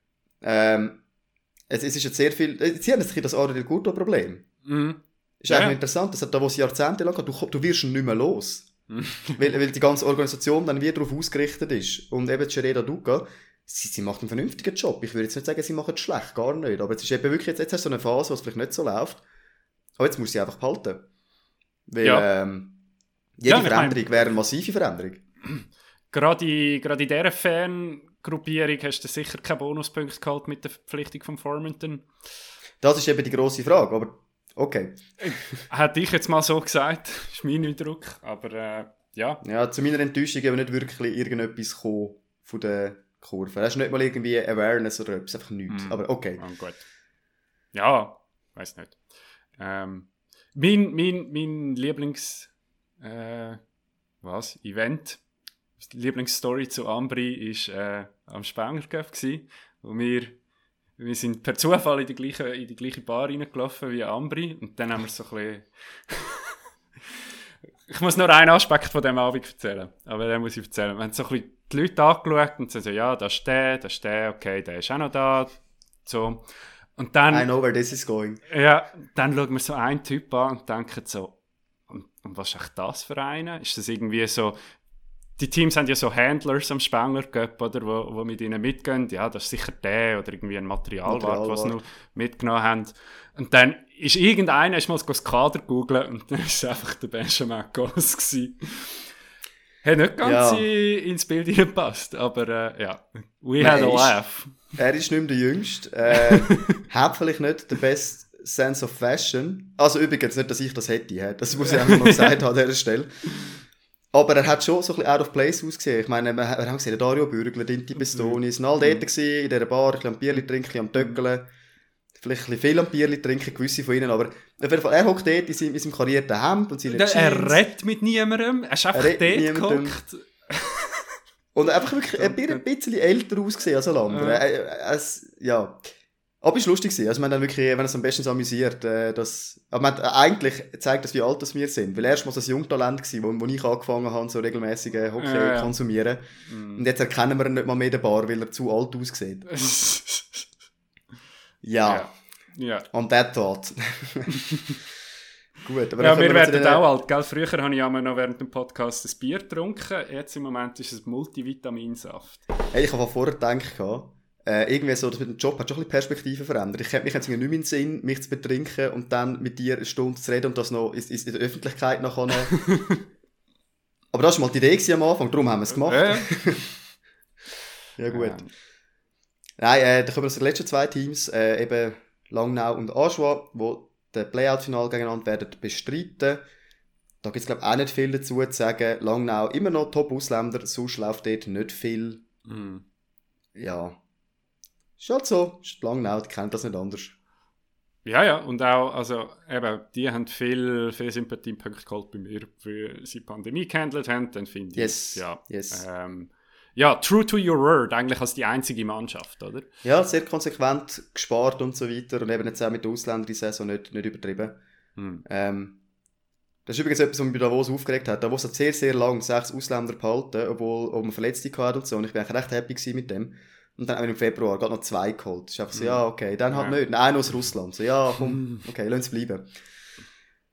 Es ist jetzt sehr viel, sie haben jetzt das Adriel Guto-Problem. Ist eigentlich interessant, das hat Davos jahrzehntelang gehabt, du wirst ihn nicht mehr los. weil die ganze Organisation dann wieder darauf ausgerichtet ist. Und eben Cereda Duca, sie macht einen vernünftigen Job. Ich würde jetzt nicht sagen, sie machen es schlecht, gar nicht. Aber jetzt ist eben wirklich, jetzt hast du so eine Phase, wo es vielleicht nicht so läuft. Aber jetzt musst du sie einfach behalten. Weil jede Veränderung wäre eine massive Veränderung. Gerade in dieser Fangruppierung hast du sicher keine Bonuspunkte gehabt mit der Verpflichtung von Formanton. Das ist eben die grosse Frage, aber okay. Hätte ich jetzt mal so gesagt, ist mein Eindruck, aber ja. Ja, zu meiner Enttäuschung aber nicht wirklich irgendetwas gekommen von der Kurve. Das ist nicht mal irgendwie Awareness oder etwas, einfach nichts. Aber okay. Oh, gut. Ja, weiß nicht. Mein Lieblings Event, die Lieblingsstory zu Ambri ist am Spengler Cup gsi, wo wir sind per Zufall in die gleiche Bar reingelaufen wie Ambri und dann haben wir so ein bisschen ich muss nur einen Aspekt von diesem Abend erzählen, aber den muss ich erzählen. Wir haben so ein bisschen die Leute angeschaut und so, ja, das ist der, okay, der ist auch noch da, so. Und dann, I know where this is going. Ja, dann schauen wir so einen Typ an und denken so, und was ist eigentlich das für einer? Ist das irgendwie so, die Teams haben ja so Handlers am Spengler Cup, oder, wo mit ihnen mitgehen, ja, das ist sicher der, oder irgendwie ein Materialwart, was sie noch mitgenommen haben. Und dann ist irgendeiner, ist mal das Kader googeln und dann ist es einfach der Benjamin Goss gewesen. Hat nicht ganz ins Bild hineingepasst, aber ja, we had a laugh. Er ist nicht mehr der Jüngste. Hat vielleicht nicht den best sense of fashion. Also übrigens nicht, dass ich das hätte. Das muss ich einfach mal gesagt haben an dieser Stelle. Aber er hat schon so ein bisschen out of place ausgesehen. Ich meine, wir haben gesehen, Dario Bürgler, Dinti Bestoni, sind alle dort gewesen, in dieser Bar, ein bisschen am Bierli trinken, am Töckeln. Vielleicht ein bisschen viel am Bierli trinken, gewisse von ihnen, aber auf jeden Fall, er hockt dort in seinem karierten Hemd und seine Jeans. Er redet mit niemandem, er ist einfach dort gehockt. Und einfach wirklich ein bisschen älter ausgesehen als alle anderen. Ja. Aber es war lustig. Also man dann wirklich, wenn es am besten amüsiert, aber man eigentlich zeigt das, wie alt das wir sind. Weil erst mal so ein Jungtalent war, wo ich angefangen habe, so regelmäßig Hockey zu konsumieren. Und jetzt erkennen wir ihn nicht mal mehr in der Bar, weil er zu alt aussieht. Ja. On that thought. Gut, aber ja, wir werden auch alt, gell? Früher habe ich noch während dem Podcast ein Bier getrunken, jetzt im Moment ist es Multivitaminsaft. Hey, ich habe vorher gedacht, irgendwie so, das mit dem Job hat schon ein bisschen Perspektiven verändert. Ich hätte mich jetzt nicht mehr in den Sinn, mich zu betrinken und dann mit dir eine Stunde zu reden und das noch in der Öffentlichkeit nachher. Aber das war mal die Idee am Anfang, darum haben wir es gemacht. Ja gut. Nein, dann kommen wir zu den letzten zwei Teams, eben Langnau und Aschua, die das Playout-Final gegeneinander werden bestreiten. Da gibt es, glaube ich, auch nicht viel dazu zu sagen. Langnau immer noch Top-Ausländer, sonst läuft dort nicht viel. Ja. Ist halt so. Ist Langnau, die kennt das nicht anders. Ja, und auch, also eben, die haben viel Sympathiepunkte geholt bei mir, weil sie die Pandemie gehandelt haben, dann finde ich, ja, true to your word, eigentlich als die einzige Mannschaft, oder? Ja, sehr konsequent gespart und so weiter und eben jetzt auch mit den Ausländern die Saison nicht übertrieben. Das ist übrigens etwas, was mich bei Davos aufgeregt hat. Davos hat sehr, sehr lange 6 Ausländer behalten, obwohl man Verletzte hatte und so, und ich war eigentlich recht happy mit dem. Und dann haben wir im Februar gerade noch 2 geholt. Das ist einfach so, ja, okay, dann halt nicht. Nein, aus Russland. So, ja, komm, okay, lass es bleiben.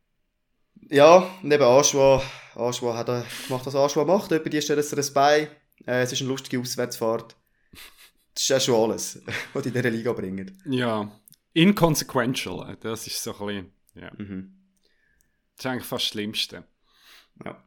Ja, und eben Aschua hat gemacht, was Aschua macht. Bei dir stellt es ein bei. Es ist eine lustige Auswärtsfahrt. Das ist ja schon alles, was die in dieser Liga bringen. Ja, inconsequential. Das ist so ein bisschen, ja. Das ist eigentlich fast das Schlimmste. Ja.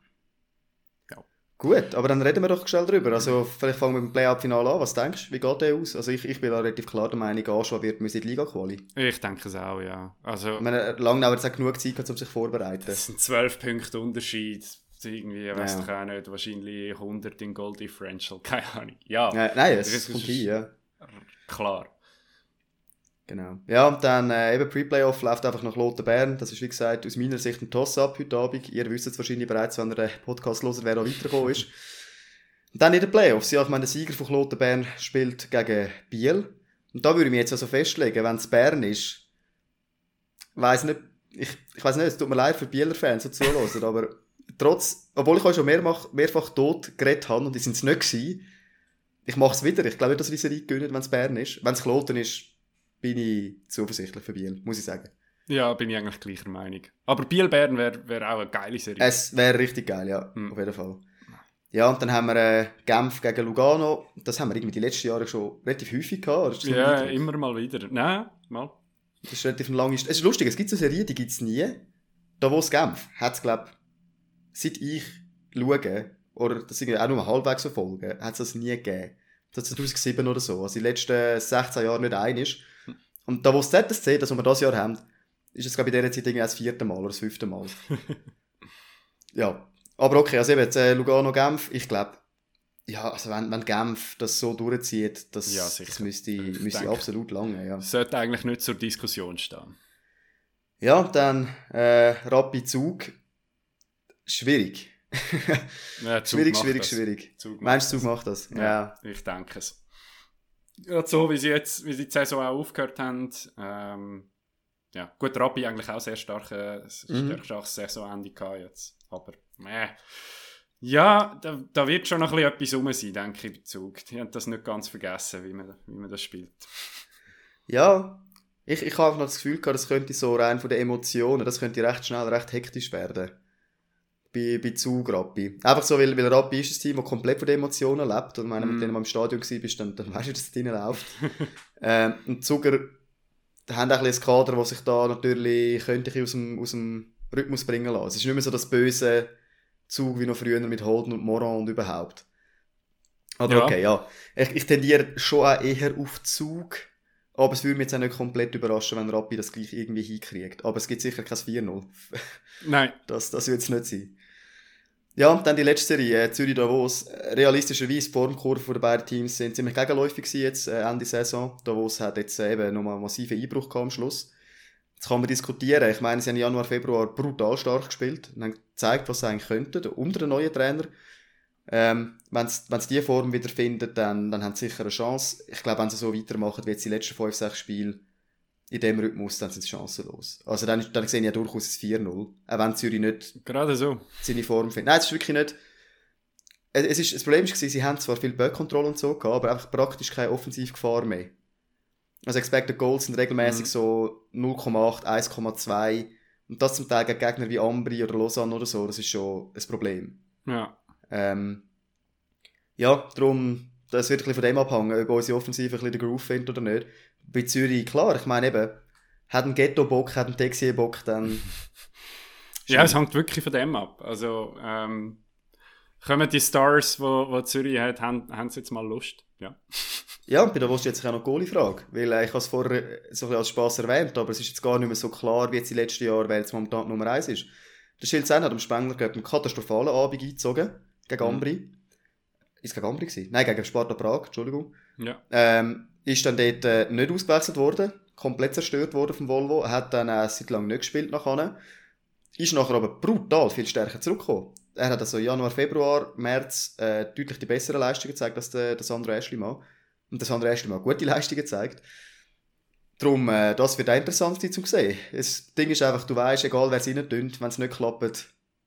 Gut, aber dann reden wir doch schnell drüber. Also vielleicht fangen wir mit dem Play-Up-Finale an. Was denkst du, wie geht der aus? Also ich bin da relativ klar der Meinung, Aarschwa wird in die Liga-Quali. Ich denke es auch, ja. Also, ich meine, Langnau hat genug Zeit gehabt, um sich vorzubereiten. Das sind 12 Punkte Unterschied. Irgendwie, weiss ich auch nicht, wahrscheinlich 100 in Goal Differential, keine Ahnung. Ja, nein, es kommt hin, ja. Klar. Genau. Ja, und dann eben Pre-Playoff läuft einfach nach Lothar Bern. Das ist, wie gesagt, aus meiner Sicht ein Toss-Up heute Abend. Ihr wisst es wahrscheinlich bereits, wenn ihr den Podcast hört, wer auch weitergekommen ist. Und dann in den Playoffs. Ja, ich meine, der Sieger von Lothar Bern spielt gegen Biel. Und da würde ich mich jetzt also festlegen, wenn es Bern ist, weiss nicht, ich weiss nicht, es tut mir leid für Bieler Fans, die zuhören, aber obwohl ich auch schon mehrfach tot geredet habe und die sind es nicht gewesen, ich mache es wieder. Ich glaube nicht, dass Riserie gewinnt, wenn es Bern ist. Wenn es Kloten ist, bin ich zuversichtlich für Biel, muss ich sagen. Ja, bin ich eigentlich gleicher Meinung. Aber Biel-Bern wäre auch eine geile Serie. Es wäre richtig geil, ja, auf jeden Fall. Ja, und dann haben wir Genf gegen Lugano. Das haben wir irgendwie die letzten Jahre schon relativ häufig gehabt. Ja, immer mal wieder. Nein, mal. Das ist relativ lang. Es ist lustig, es gibt so Serien, die gibt es nie. Da wo es Genf hat es, glaube ich, seit ich schaue, oder das irgendwie auch nur halbwegs verfolgen, hat es das nie gegeben. Das 2007 oder so. Also die letzten 16 Jahre nicht ein ist. Und da, wo es ZSC, das, was wir dieses Jahr haben, ist es, glaube ich, in dieser Zeit irgendwie das 4. Mal oder das 5. Mal. Ja. Aber okay, also eben jetzt Lugano-Genf, ich glaube, ja, also wenn Genf das so durchzieht, das müsste absolut lange, ja. Sollte eigentlich nicht zur Diskussion stehen. Ja, dann Rapid-Zug. Schwierig. Ja, schwierig. Meinst du, Zug macht das? Ja. Ich denke es. Gerade so, wie sie die Saison auch aufgehört haben. Ja, gut, Rappi eigentlich auch sehr starkes Saisonende gehabt jetzt. Aber, ja, da wird schon noch ein bisschen etwas rum sein, denke ich, bei Zug. Die haben das nicht ganz vergessen, wie man das spielt. Ja, ich habe einfach noch das Gefühl gehabt, das könnte so rein von den Emotionen, das könnte recht schnell, recht hektisch werden. Bei Zug Rappi. Einfach so, weil Rappi ist ein Team, das komplett von den Emotionen lebt. Und wenn du mit denen mal im Stadion warst, dann weißt du, dass es drinnen läuft. Und Zuger haben auch ein bisschen ein Kader, das sich da natürlich könnte aus dem Rhythmus bringen lassen. Es ist nicht mehr so das böse Zug wie noch früher mit Holden und Moran und überhaupt. Aber ja. Okay, ja. Ich tendiere schon auch eher auf Zug. Aber es würde mich jetzt auch nicht komplett überraschen, wenn Rappi das gleich irgendwie hinkriegt. Aber es gibt sicher kein 4-0. Nein. Das wird es nicht sein. Ja, dann die letzte Serie, Zürich-Davos. Realistischerweise, die Formkurve der beiden Teams sind ziemlich gegenläufig gewesen jetzt, Ende Saison. Davos hat jetzt eben nochmal einen massiven Einbruch gehabt am Schluss. Jetzt kann man diskutieren. Ich meine, sie haben im Januar, Februar brutal stark gespielt und haben gezeigt, was sie eigentlich könnten, unter den neuen Trainer. Wenn sie diese Form wieder finden, dann haben sie sicher eine Chance. Ich glaube, wenn sie so weitermachen wie jetzt die letzten 5-6 Spiele in dem Rhythmus, dann sind sie chancenlos. Also dann sehe ich ja durchaus ein 4-0. Auch wenn Zürich nicht gerade so seine Form findet. Nein, es ist wirklich nicht... Das Problem war, sie haben zwar viel Böckkontrolle und so gehabt, aber einfach praktisch keine Offensivgefahr mehr. Also Expected Goals sind regelmäßig so 0,8, 1,2. Und das zum Teil gegen Gegner wie Ambri oder Lausanne oder so, das ist schon ein Problem. Ja. Ja, darum, das wird ein bisschen von dem abhängen, ob unsere Offensive ein bisschen den Groove findet oder nicht. Bei Zürich, klar, ich meine eben, hat ein Ghetto-Bock, hat ein Texier-Bock, dann... Ja, es hängt wirklich von dem ab. Also, kommen die Stars, die Zürich hat, haben sie jetzt mal Lust? Ja. Ja, und bei der Wurst jetzt auch noch eine Goalie-Frage, weil ich habe es vorher so ein bisschen als Spass erwähnt, aber es ist jetzt gar nicht mehr so klar, wie jetzt die letzten Jahre, wer jetzt momentan Nummer 1 ist. Der Schilzen hat am Spengler einen katastrophalen Abend eingezogen, gegen Ambri. Ist es gegen Ambri gewesen? Nein, gegen Sparta Prag, Entschuldigung. Ja. Ist dann dort nicht ausgewechselt worden, komplett zerstört worden vom Volvo, hat dann eine Zeit lang nicht gespielt nachher. Ist nachher aber brutal viel stärker zurückgekommen. Er hat also Januar, Februar, März deutlich die besseren Leistungen gezeigt als der Sandro Aeschlimann. Und der Sandro Aeschlimann hat gute Leistungen gezeigt. Darum, das wird auch interessant sein zu sehen. Das Ding ist einfach, du weißt, egal wer es rein tut, wenn es nicht klappt,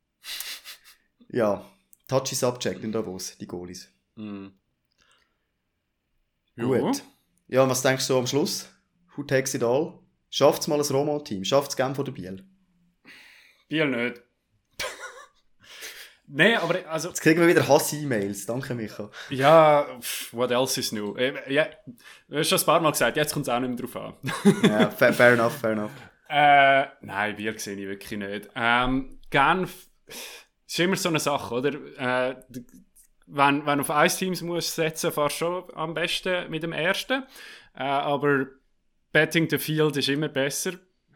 ja, touchy subject in Davos, die Goalies. Gut. Ja, und was denkst du so am Schluss? Who takes it all? Schafft es mal ein Roman-Team? Schafft es Genf oder Biel? Biel nicht. Nein, aber also... Jetzt kriegen wir wieder Hass-E-Mails. Danke, Micha. Ja, what else is new? Ja, du hast schon ein paar Mal gesagt, jetzt kommt es auch nicht mehr drauf an. Ja, fair enough. Nein, Bier sehe ich wirklich nicht. Genf ist immer so eine Sache, oder? Wenn du auf Ice-Teams musst setzen, fahrst du schon am besten mit dem ersten. Aber Betting the Field ist immer besser.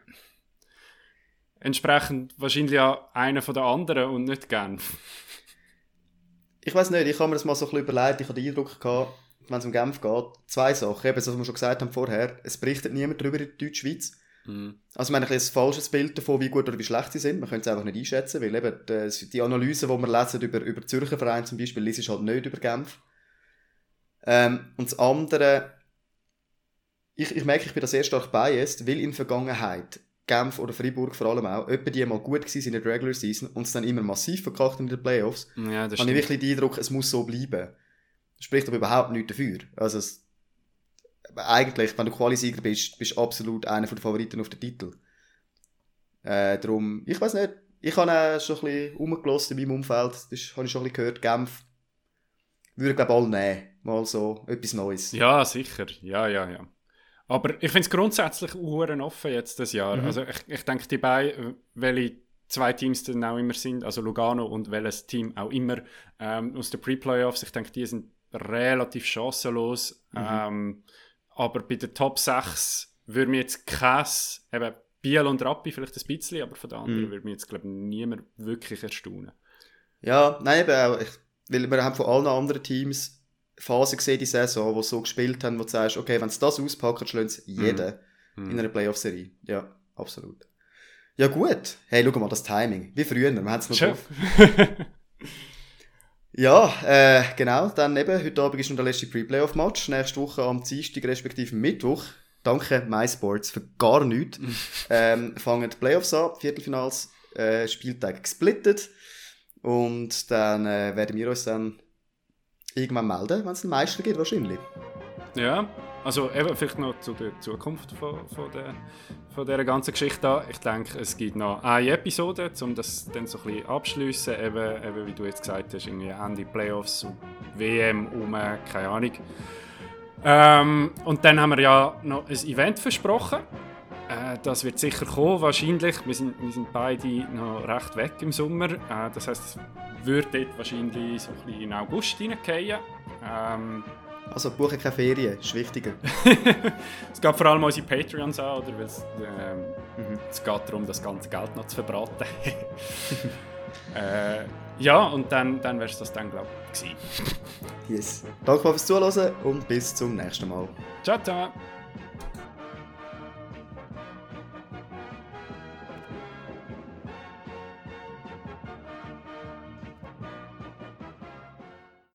Entsprechend wahrscheinlich auch einer von den anderen und nicht Genf. Ich weiß nicht, ich habe mir das mal so ein bisschen überlegt. Ich hatte den Eindruck gehabt, wenn es um Genf geht, 2 Sachen. Eben, das, was wir schon gesagt haben vorher, es berichtet niemand darüber in der Deutschschweiz. Also wir haben ein falsches Bild davon, wie gut oder wie schlecht sie sind. Man könnte es einfach nicht einschätzen, weil eben die Analysen, die wir lesen über Zürcher Vereine zum Beispiel, lesen halt nicht über Genf. Und das andere, ich merke, ich bin da sehr stark biased, weil in der Vergangenheit Genf oder Freiburg vor allem auch, etwa die mal gut gewesen sind in der Regular Season und es dann immer massiv verkackt in den Playoffs, ja, das habe ich wirklich den Eindruck, es muss so bleiben. Das spricht aber überhaupt nichts dafür. Also eigentlich, wenn du Quali-Sieger bist, bist du absolut einer der Favoriten auf den Titel. Darum, ich weiß nicht, ich habe schon ein bisschen rumgelassen in meinem Umfeld, das habe ich schon ein bisschen gehört, Genf würde ich glaube alle nehmen, mal so etwas Neues. Ja, sicher, ja. Aber ich finde es grundsätzlich offen jetzt das Jahr. Also ich denke, die beiden, welche 2 Teams dann auch immer sind, also Lugano und welches Team auch immer aus den Pre-Playoffs, ich denke, die sind relativ chancenlos. Aber bei den Top 6 würde mir jetzt eben Biel und Rappi vielleicht ein bisschen, aber von den anderen würde mir jetzt, glaube ich, niemand wirklich erstaunen. Ja, nein, eben auch, weil wir haben von allen anderen Teams Phasen gesehen, die Saison, die so gespielt haben, wo du sagst, okay, wenn sie das auspacken, schlagen sie jeden in einer Playoff-Serie. Ja, absolut. Ja gut, hey, schau mal, das Timing, wie früher, wir haben es noch drauf. Ja, genau, dann eben, heute Abend ist noch der letzte Pre-Playoff-Match, nächste Woche am Dienstag respektive Mittwoch, danke MySports für gar nichts, fangen die Playoffs an, Viertelfinals, Spieltag gesplittet und dann werden wir uns dann irgendwann melden, wenn es einen Meister gibt, wahrscheinlich. Ja, also eben vielleicht noch zu der Zukunft von dieser ganzen Geschichte an. Ich denke, es gibt noch eine Episode, um das dann so ein bisschen abschliessen, eben wie du jetzt gesagt hast, irgendwie Ende Playoffs und WM keine Ahnung. Und dann haben wir ja noch ein Event versprochen. Das wird sicher kommen, wahrscheinlich. Wir sind beide noch recht weg im Sommer. Das heisst, es wird dort wahrscheinlich so ein bisschen in August reingehen. Also buchen keine Ferien, ist wichtiger. Es geht vor allem unsere Patreons an, oder? Weil es geht darum, das ganze Geld noch zu verbraten. Ja, und dann wäre es das dann, glaube ich, gewesen. Yes. Danke fürs Zuhören und bis zum nächsten Mal. Ciao, ciao!